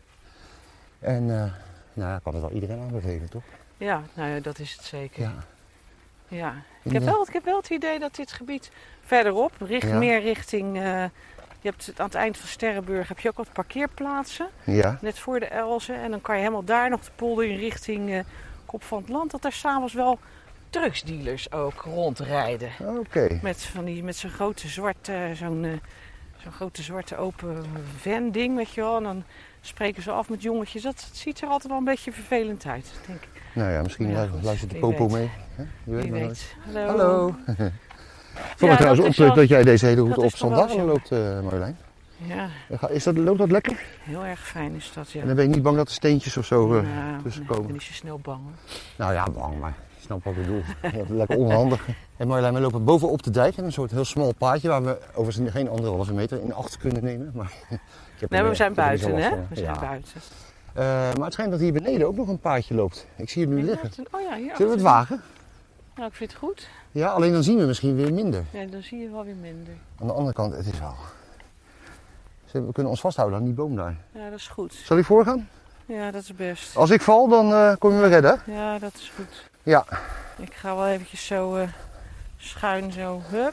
En kan het wel iedereen aanbevelen, toch? Ja, nou dat is het zeker. Ja. Ik heb wel het idee dat dit gebied verderop, meer richting... je hebt aan het eind van Sterrenburg heb je ook wat parkeerplaatsen. Ja. Net voor de Elzen. En dan kan je helemaal daar nog de polder in richting Kop van het Land. Dat daar s'avonds wel drugsdealers ook rondrijden. Oké. Met zo'n grote zwarte, zo'n grote zwarte open van ding, weet je wel. En dan spreken ze af met jongetjes. Dat ziet er altijd wel een beetje vervelend uit, denk ik. Nou ja, misschien luistert de popo mee. Wie weet. Hallo. Vond ik trouwens op dat jij deze hele route op Sandalen loopt, Marjolein. Ja. Loopt dat lekker? Heel erg fijn is dat, ja. En dan ben je niet bang dat er steentjes of zo tussen komen? Ik ben niet zo snel bang. Nou ja, bang, maar je snapt wat ik bedoel. Lekker onhandig. En Marjolein, we lopen bovenop de dijk in een soort heel smal paadje waar we overigens geen 1,5 meter in acht kunnen nemen. Maar we zijn buiten, hè? We zijn buiten. Maar het schijnt dat hier beneden ook nog een paadje loopt. Ik zie het nu liggen. Hier zullen we het wagen? Nou, ik vind het goed. Ja, alleen dan zien we misschien weer minder. Ja, dan zie je wel weer minder. Aan de andere kant, het is wel... We kunnen ons vasthouden aan die boom daar. Ja, dat is goed. Zal ik voorgaan? Ja, dat is best. Als ik val, dan kom je me redden. Ja, dat is goed. Ja. Ik ga wel eventjes zo schuin zo, hup.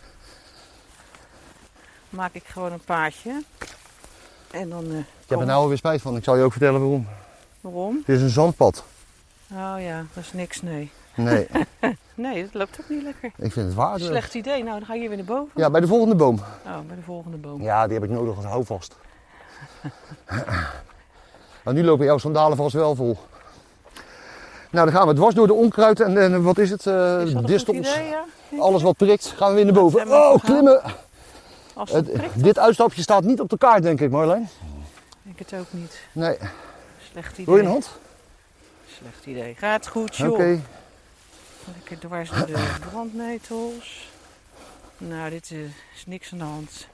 Maak ik gewoon een paadje. En dan... ik heb er nou alweer spijt van. Ik zal je ook vertellen waarom. Waarom? Het is een zandpad. Oh ja, dat is niks, nee. Nee. Nee, dat loopt ook niet lekker. Ik vind het waar. Slecht idee. Nou, dan ga je hier weer naar boven. Ja, bij de volgende boom. Oh, bij de volgende boom. Ja, die heb ik nodig als houvast. Nou, nu lopen jouw sandalen vast wel vol. Nou, dan gaan we dwars door de onkruid en wat is het? Distels. Idee, ja? Alles wat prikt, gaan we weer naar boven. Oh, klimmen! Dit uitstapje staat niet op de kaart, denk ik, Marjolein. Ik het ook niet. Nee. Slecht idee. Wil je een hand? Slecht idee. Gaat goed, joh. Oké. Lekker dwars door de brandnetels. Nou, dit is niks aan de hand.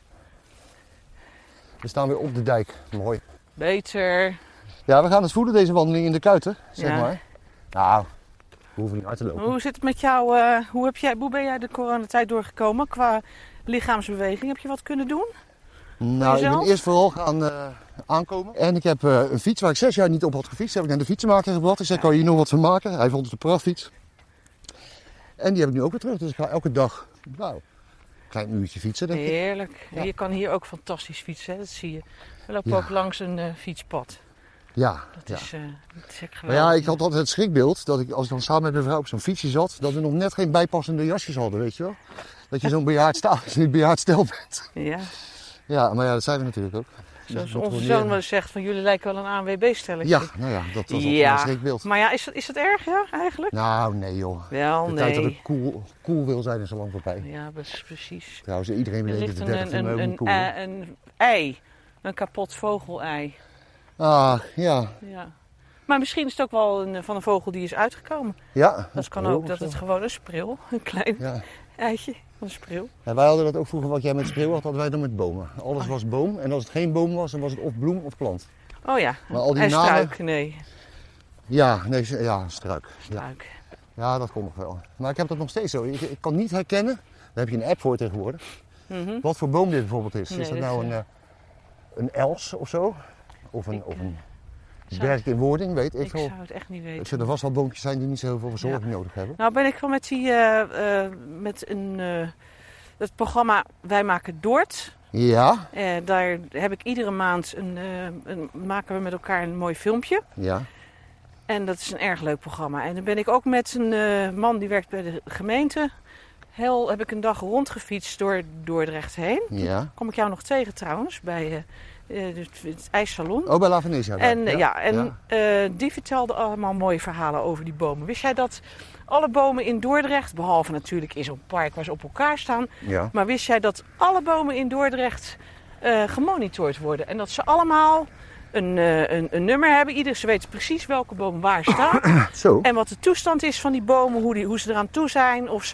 We staan weer op de dijk. Mooi. Beter. Ja, we gaan het voelen, deze wandeling in de Kuiten, zeg Ja. maar. Nou, we hoeven niet uit te lopen. Hoe zit het met jou? Hoe ben jij de coronatijd doorgekomen qua lichaamsbeweging? Heb je wat kunnen doen? Nou, ik ben eerst vooral gaan aankomen. En ik heb een fiets waar ik 6 jaar niet op had gefietst. Heb ik naar de fietsenmaker gebracht. Ik zei, kan je hier nog wat van maken? Hij vond het een prachtfiets. En die heb ik nu ook weer terug. Dus ik ga elke dag, nou, een klein uurtje fietsen, denk ik. Heerlijk. Ja. Je kan hier ook fantastisch fietsen, hè? Dat zie je. We lopen Ja. ook langs een fietspad. Ja, Dat is echt maar geweldig. ja, ik had altijd het schrikbeeld dat ik, als ik dan samen met mijn vrouw op zo'n fietsje zat, dat we nog net geen bijpassende jasjes hadden, weet je wel. Dat je zo'n bejaard stel bent. Ja. Ja, maar ja, dat zijn we natuurlijk ook. Zoals onze zoon wel eens zegt, van jullie lijken wel een ANWB-stelletje. Ja, nou ja, dat was ook een schrikbeeld. Maar ja, is het erg, ja, eigenlijk? Nou, nee joh. Wel, De nee. tijd dat ik cool wil zijn is al lang voorbij. Ja, dat is precies. Trouwens, iedereen Er weet ligt dat de 30 een niet cool is. een ei. Een kapot vogelei. Ah, ja. Ja. Maar misschien is het ook wel van een vogel die is uitgekomen. Ja. Dat kan ook, dat het gewoon een spril, een klein eitje van een spril. Ja, wij hadden dat ook vroeger, wat jij met spreeuw had, hadden wij dan met bomen. Alles was boom en als het geen boom was, dan was het of bloem of plant. Oh ja, Maar al die en namen... struik, nee. Ja, nee, ja, struik. Struik. Ja, dat kon nog wel. Maar ik heb dat nog steeds zo. Ik kan niet herkennen, daar heb je een app voor tegenwoordig, wat voor boom dit bijvoorbeeld is. Nee, is dat nou een els of zo? Of een berk in wording, weet ik Ik wel. zou het echt niet weten. Het zullen vast wel boompjes zijn die niet zo heel veel verzorging nodig hebben. Nou ben ik wel met het programma Wij Maken Dort. Ja. Daar heb ik iedere maand maken we met elkaar een mooi filmpje. Ja. En dat is een erg leuk programma. En dan ben ik ook met een man die werkt bij de gemeente. Heb ik een dag rondgefietst door Dordrecht heen. Ja. Kom ik jou nog tegen trouwens bij het ijssalon. Oh, bij La Venetia. En die vertelde allemaal mooie verhalen over die bomen. Wist jij dat alle bomen in Dordrecht, behalve natuurlijk in zo'n park waar ze op elkaar staan. Ja. Maar wist jij dat alle bomen in Dordrecht gemonitord worden? En dat ze allemaal een nummer hebben. Ze weten precies welke boom waar staat. Zo. En wat de toestand is van die bomen, hoe ze eraan toe zijn. Of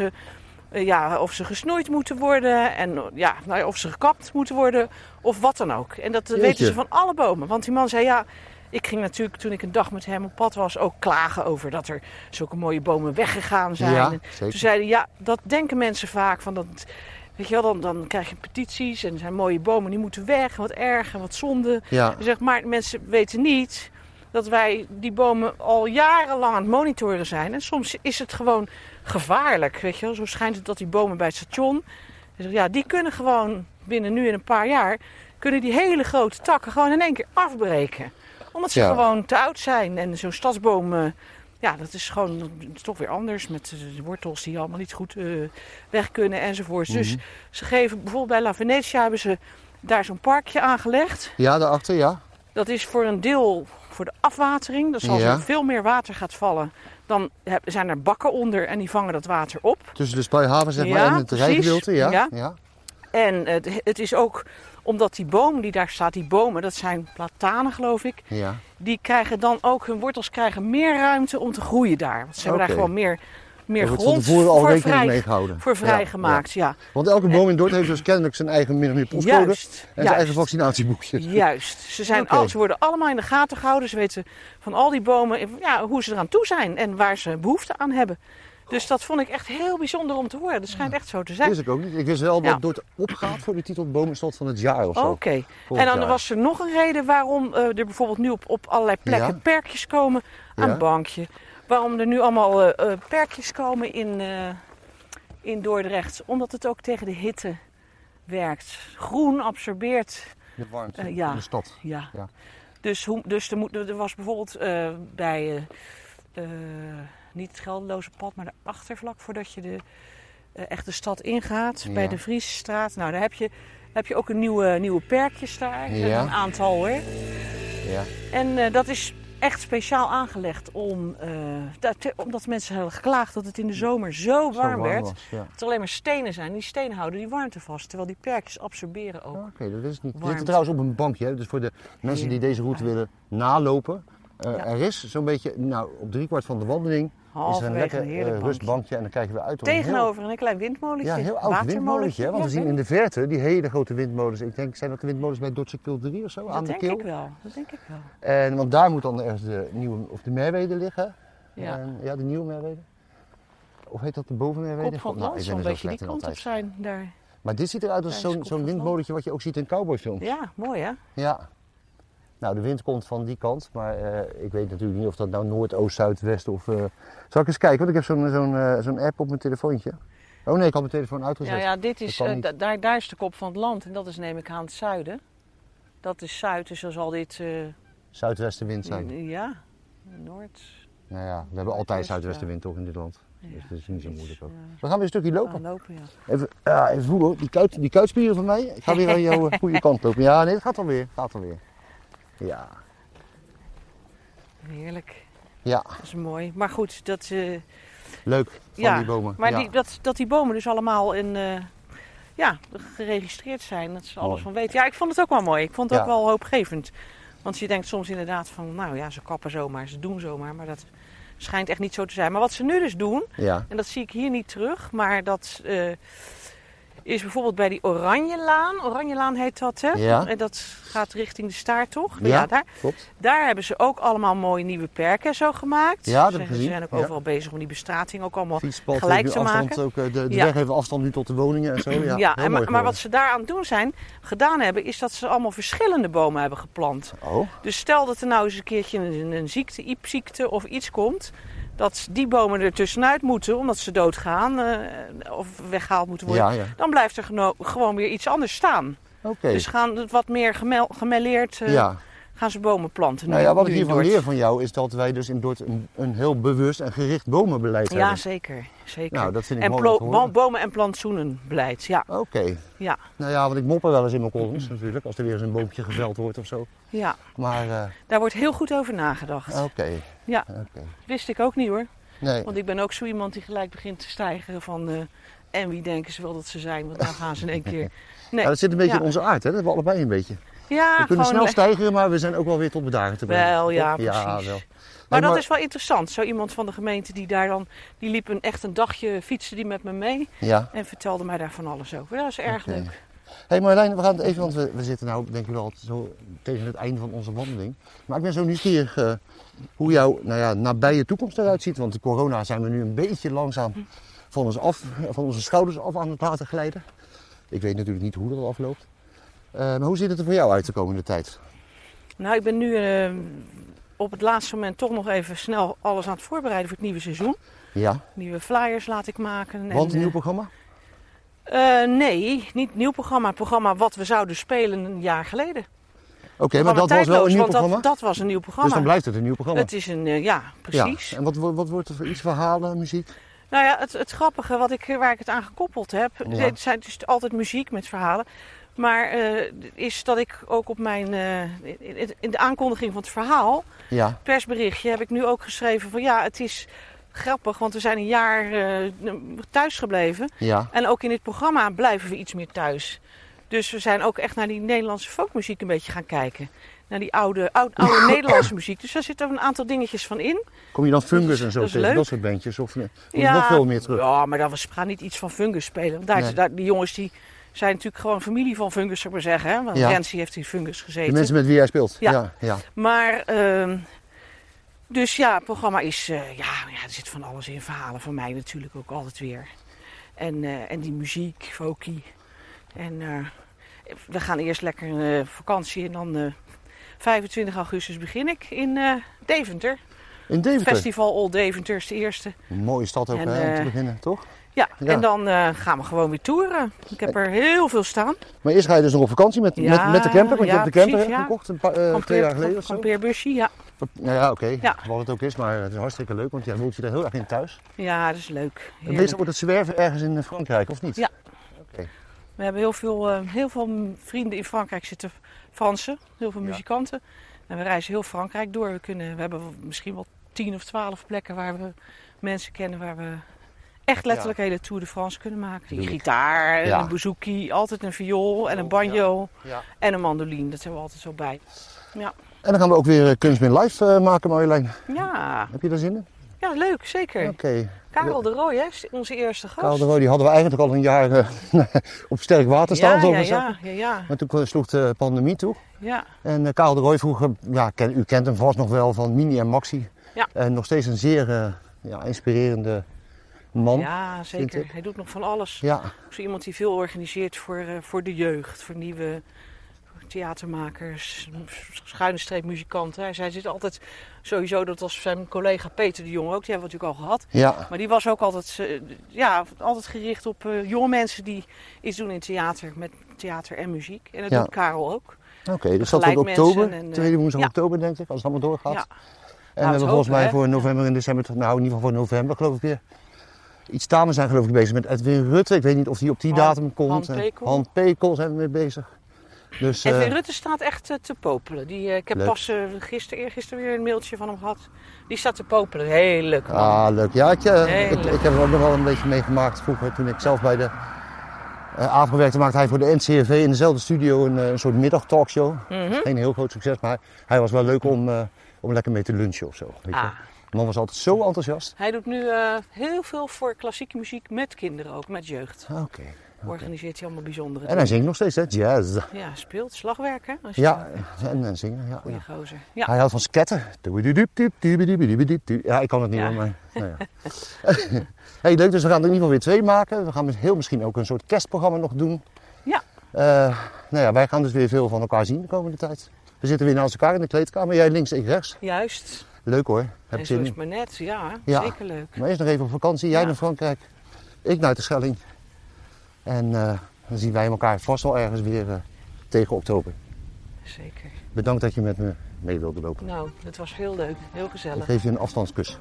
ze gesnoeid moeten worden. En of ze gekapt moeten worden. Of wat dan ook. En dat weten ze van alle bomen. Want die man zei ik ging natuurlijk toen ik een dag met hem op pad was ook klagen over dat er zulke mooie bomen weggegaan zijn. Ja, en zeker. toen zeiden dat denken mensen vaak. Van dat, weet je wel, dan krijg je petities en er zijn mooie bomen die moeten weg. Wat erg en wat zonde. Ja. Zeg, maar mensen weten niet dat wij die bomen al jarenlang aan het monitoren zijn. En soms is het gewoon gevaarlijk. Weet je wel. Zo schijnt het dat die bomen bij het station, die kunnen gewoon binnen nu en een paar jaar, kunnen die hele grote takken gewoon in één keer afbreken. Omdat ze gewoon te oud zijn. En zo'n stadsboom, dat is gewoon toch weer anders. Met de wortels die allemaal niet goed weg kunnen enzovoort. Dus ze geven bijvoorbeeld bij La Venetia hebben ze daar zo'n parkje aangelegd. Ja, daarachter, ja. Dat is voor een deel voor de afwatering. Dus als er veel meer water gaat vallen, dan zijn er bakken onder en die vangen dat water op. Tussen de Spuihaven zeg maar en het rijgedeelte, ja. En het is ook omdat die boom die daar staat, die bomen, dat zijn platanen geloof ik. Ja. Die krijgen dan ook, hun wortels krijgen meer ruimte om te groeien daar. Want ze hebben daar gewoon meer grond voor vrijgemaakt. Ja. Want elke boom in Dordt heeft dus kennelijk zijn eigen min of meer postcode en zijn eigen vaccinatieboekje. Juist. Ze worden allemaal in de gaten gehouden. Ze weten van al die bomen hoe ze eraan toe zijn en waar ze behoefte aan hebben. Dus dat vond ik echt heel bijzonder om te horen. Dat schijnt echt zo te zijn. Dat wist ik ook niet. Ik wist wel dat Dordt opgaat voor de titel Bomenstad van het jaar of zo. Oké. En dan was er nog een reden waarom er bijvoorbeeld nu op allerlei plekken perkjes komen aan het bankje. Waarom er nu allemaal perkjes komen in Dordrecht. Omdat het ook tegen de hitte werkt. Groen absorbeert de warmte in de stad. Ja. Dus er was bijvoorbeeld bij niet het Gelderloze pad, maar de achtervlak voordat je echt de stad ingaat, bij de Vriesstraat. Nou, daar heb je ook een nieuwe perkjes daar. Een aantal hoor. Ja. En dat is echt speciaal aangelegd omdat mensen hebben geklaagd dat het in de zomer zo warm werd. Dat er alleen maar stenen zijn. Die stenen houden die warmte vast, terwijl die perkjes absorberen ook. Oké, dat is niet. We zitten trouwens op een bankje, hè? Dus voor de mensen die deze route willen nalopen. Er is zo'n beetje, op 3/4 van de wandeling is er een lekker rustbankje en dan kijken we uit op tegenover een klein windmolentje. Ja, een heel oud windmolentje. Hè? Want we zien in de verte die hele grote windmolens. Ik denk, zijn dat de windmolens bij Dordtse Kulderie of zo? Aan de Kil? Dat denk ik wel. En, want daar moet dan ergens de Merwede liggen. Ja. En, de nieuwe Merwede. Of heet dat de bovenmerwede? Kop van het land, zo'n beetje die kant op zijn daar. Maar dit ziet eruit als zo'n windmolentje wat je ook ziet in cowboyfilms. Ja, mooi hè? Ja. Nou, de wind komt van die kant, maar ik weet natuurlijk niet of dat nou noord, oost, zuid, west of... Zal ik eens kijken, want ik heb zo'n app op mijn telefoontje. Oh nee, ik had mijn telefoon uitgezet. Ja, dit is, daar is de kop van het land en dat is neem ik aan het zuiden. Dat is zuid, dus dan zal dit... zuidwestenwind zijn. Ja, noord... Nou ja, we hebben altijd zuidwestenwind toch in dit land. Dus dat is niet zo moeilijk ook. We gaan weer een stukje lopen. Even voelen, die kuitspieren van mij. Ik ga weer aan jouw goede kant lopen. Ja, nee, het gaat alweer. Ja. Heerlijk. Ja. Dat is mooi. Maar goed, dat... Leuk, van die bomen. Maar dat die bomen dus allemaal geregistreerd zijn. Dat ze alles van weten. Ja, ik vond het ook wel mooi. Ik vond het ook wel hoopgevend. Want je denkt soms inderdaad van, ze kappen zomaar, ze doen zomaar. Maar dat schijnt echt niet zo te zijn. Maar wat ze nu dus doen, en dat zie ik hier niet terug, maar dat... is bijvoorbeeld bij die Oranjelaan. Oranjelaan heet dat, hè? Ja. En dat gaat richting de Staartocht. Ja, klopt. Daar hebben ze ook allemaal mooie nieuwe perken zo gemaakt. Ja, dat heb ik gezien. Ze zijn ook overal bezig om die bestrating ook allemaal gelijk te maken. Ook, de weg heeft afstand nu tot de woningen en zo. Maar wat ze daaraan gedaan hebben, is dat ze allemaal verschillende bomen hebben geplant. Oh. Dus stel dat er nou eens een keertje een ziekte, iepziekte of iets komt... dat die bomen er tussenuit moeten, omdat ze doodgaan of weggehaald moeten worden. Dan blijft er gewoon weer iets anders staan. Okay. Dus gaan wat meer gemelleerd gaan ze bomen planten. Wat ik hiervan leer van jou is dat wij dus in Dordt een heel bewust en gericht bomenbeleid hebben. Ja, zeker. Nou, dat vind ik mooi. En bomen- en plantsoenenbeleid, ja. Oké. Ja. Nou ja, want ik mopper wel eens in mijn columns natuurlijk, als er weer eens een boompje geveld wordt of zo. Ja. Maar, daar wordt heel goed over nagedacht. Oké. Ja. Wist ik ook niet hoor. Nee. Want ik ben ook zo iemand die gelijk begint te stijgen van... en wie denken ze wel dat ze zijn, want dan gaan ze in één keer... Nee. Ja, dat zit een beetje in onze aard, hè? Dat hebben we allebei een beetje. Ja, we kunnen snel stijgen, maar we zijn ook wel weer tot bedaren te brengen. Wel, ja, precies. Ja, wel. Maar dat is wel interessant. Zo iemand van de gemeente die liep echt een dagje, fietste die met me mee. Ja. En vertelde mij daar van alles over. Dat is erg leuk. Hé Marjolein, we gaan het even, want we zitten nou denk ik wel zo tegen het einde van onze wandeling. Maar ik ben zo nieuwsgierig hoe jouw nabije toekomst eruit ziet. Want de corona zijn we nu een beetje langzaam van onze schouders af aan het laten glijden. Ik weet natuurlijk niet hoe dat afloopt. Maar hoe ziet het er voor jou uit de komende tijd? Nou, ik ben nu op het laatste moment toch nog even snel alles aan het voorbereiden voor het nieuwe seizoen. Ja. Nieuwe flyers laat ik maken. Want een nieuw programma? Nee, niet nieuw programma. Het programma wat we zouden spelen een jaar geleden. Oké, maar dat was wel een nieuw programma? Dat was een nieuw programma. Dus dan blijft het een nieuw programma? Het is precies. Ja. En wat wordt er voor iets verhalen, muziek? Nou ja, het grappige waar ik het aan gekoppeld heb, het zijn dus altijd muziek met verhalen. Maar is dat ik ook op mijn, in de aankondiging van het verhaal, persberichtje, heb ik nu ook geschreven van het is grappig, want we zijn een jaar thuis gebleven. Ja. En ook in dit programma blijven we iets meer thuis. Dus we zijn ook echt naar die Nederlandse folkmuziek een beetje gaan kijken. Naar die oude Nederlandse muziek. Dus daar zitten een aantal dingetjes van in. Kom je dan Fungus en zo tegen, dat soort bandjes? Of moet je nog veel meer terug? Ja, maar we gaan niet iets van Fungus spelen. Die jongens die zijn natuurlijk gewoon familie van Fungus, zou ik maar zeggen. Hè? Want Rensie heeft in Fungus gezeten. De mensen met wie jij speelt? Ja. Maar Dus ja, het programma is... er zit van alles in. Verhalen van mij natuurlijk ook altijd weer. En die muziek, folkie. En we gaan eerst lekker vakantie. En dan 25 augustus begin ik in Deventer. In Deventer? Festival Old Deventer is de eerste. Een mooie stad ook om te beginnen, toch? Ja, en dan gaan we gewoon weer toeren. Ik heb er heel veel staan. Maar eerst ga je dus nog op vakantie met de camper, want je hebt de camper gekocht 2 jaar geleden of zo? Een kampeerbusje, ja. Ja, oké. Wat het ook is, maar het is hartstikke leuk, want jij voelt je er heel erg in thuis. Ja, dat is leuk. En meestal wordt het zwerven ergens in Frankrijk, of niet? Ja. Okay. We hebben heel veel vrienden in Frankrijk zitten, Fransen, heel veel muzikanten. En we reizen heel Frankrijk door. We hebben misschien wel 10 of 12 plekken waar we mensen kennen waar we echt letterlijk hele Tour de France kunnen maken. Die gitaar, en een bouzouki, altijd een viool en een banjo en een mandoline. Dat hebben we altijd zo bij. Ja. En dan gaan we ook weer Kunstmin Live maken, Marjolein. Ja. Heb je daar zin in? Ja, leuk, zeker. Okay. Karel de Rooij, onze eerste gast. Karel de Rooij, die hadden we eigenlijk al een jaar op sterk water staan, zo gezegd. Ja. Maar toen sloeg de pandemie toe. Ja. En Karel de Rooij vroeger, u kent hem vast nog wel van Mini en Maxi. Ja. En nog steeds een zeer inspirerende man. Ja, zeker. Hij doet nog van alles. Ja. Zo iemand die veel organiseert voor de jeugd, voor nieuwe theatermakers, schuine streep muzikanten. Hij zit altijd sowieso, dat was zijn collega Peter de Jong ook, die hebben we natuurlijk al gehad. Ja. Maar die was ook altijd, altijd gericht op jonge mensen die iets doen in theater, met theater en muziek. En dat doet Karel ook. Oké, dus dat wordt oktober, tweede woensdag oktober denk ik, als het allemaal doorgaat. Ja. En we hebben volgens mij voor november en december, in ieder geval voor november geloof ik weer iets staan. We zijn geloof ik bezig met Edwin Rutte. Ik weet niet of die op die datum komt. Han Pekel zijn we mee bezig. Dus, Edwin Rutte staat echt te popelen. Ik heb pas eergisteren weer een mailtje van hem gehad. Die staat te popelen. Heel leuk man. Ah, leuk. Ja, ik heb er ook nog wel een beetje meegemaakt vroeger. Toen ik zelf bij de avond werkte, maakte hij voor de NCRV in dezelfde studio een soort middagtalkshow. Geen heel groot succes, maar hij was wel leuk om lekker mee te lunchen of zo. Weet je? De man was altijd zo enthousiast. Hij doet nu heel veel voor klassieke muziek met kinderen ook, met jeugd. Oké. Organiseert hij allemaal bijzondere dingen. En hij zingt nog steeds, hè? Jazz. Ja, speelt slagwerk, hè? En zingen. Ja, goeie gozer. Ja. Hij houdt van sketten. Ja, ik kan het niet meer, maar... Nou ja. Hey, leuk, dus we gaan er in ieder geval weer 2 maken. We gaan heel misschien ook een soort kerstprogramma nog doen. Ja. Wij gaan dus weer veel van elkaar zien de komende tijd. We zitten weer naast elkaar in de kleedkamer. Jij links, ik rechts. Juist. Leuk hoor. Heb je zin in? Zo is maar net, zeker leuk. Maar eerst nog even op vakantie. Jij naar Frankrijk, ik naar de Schelling. En dan zien wij elkaar vast wel ergens weer tegen oktober. Zeker. Bedankt dat je met me mee wilde lopen. Nou, het was heel leuk. Heel gezellig. Ik geef je een afstandskus.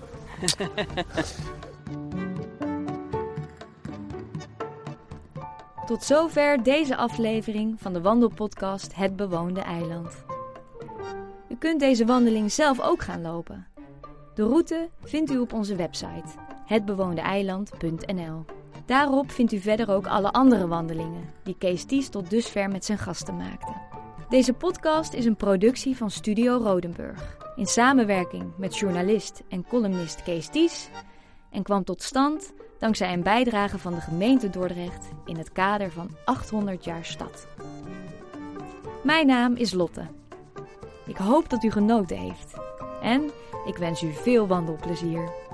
Tot zover deze aflevering van de wandelpodcast Het Bewoonde Eiland. U kunt deze wandeling zelf ook gaan lopen. De route vindt u op onze website hetbewoondeeiland.nl. Daarop vindt u verder ook alle andere wandelingen die Kees Ties tot dusver met zijn gasten maakte. Deze podcast is een productie van Studio Rodenburg in samenwerking met journalist en columnist Kees Ties en kwam tot stand dankzij een bijdrage van de gemeente Dordrecht in het kader van 800 jaar stad. Mijn naam is Lotte. Ik hoop dat u genoten heeft en ik wens u veel wandelplezier.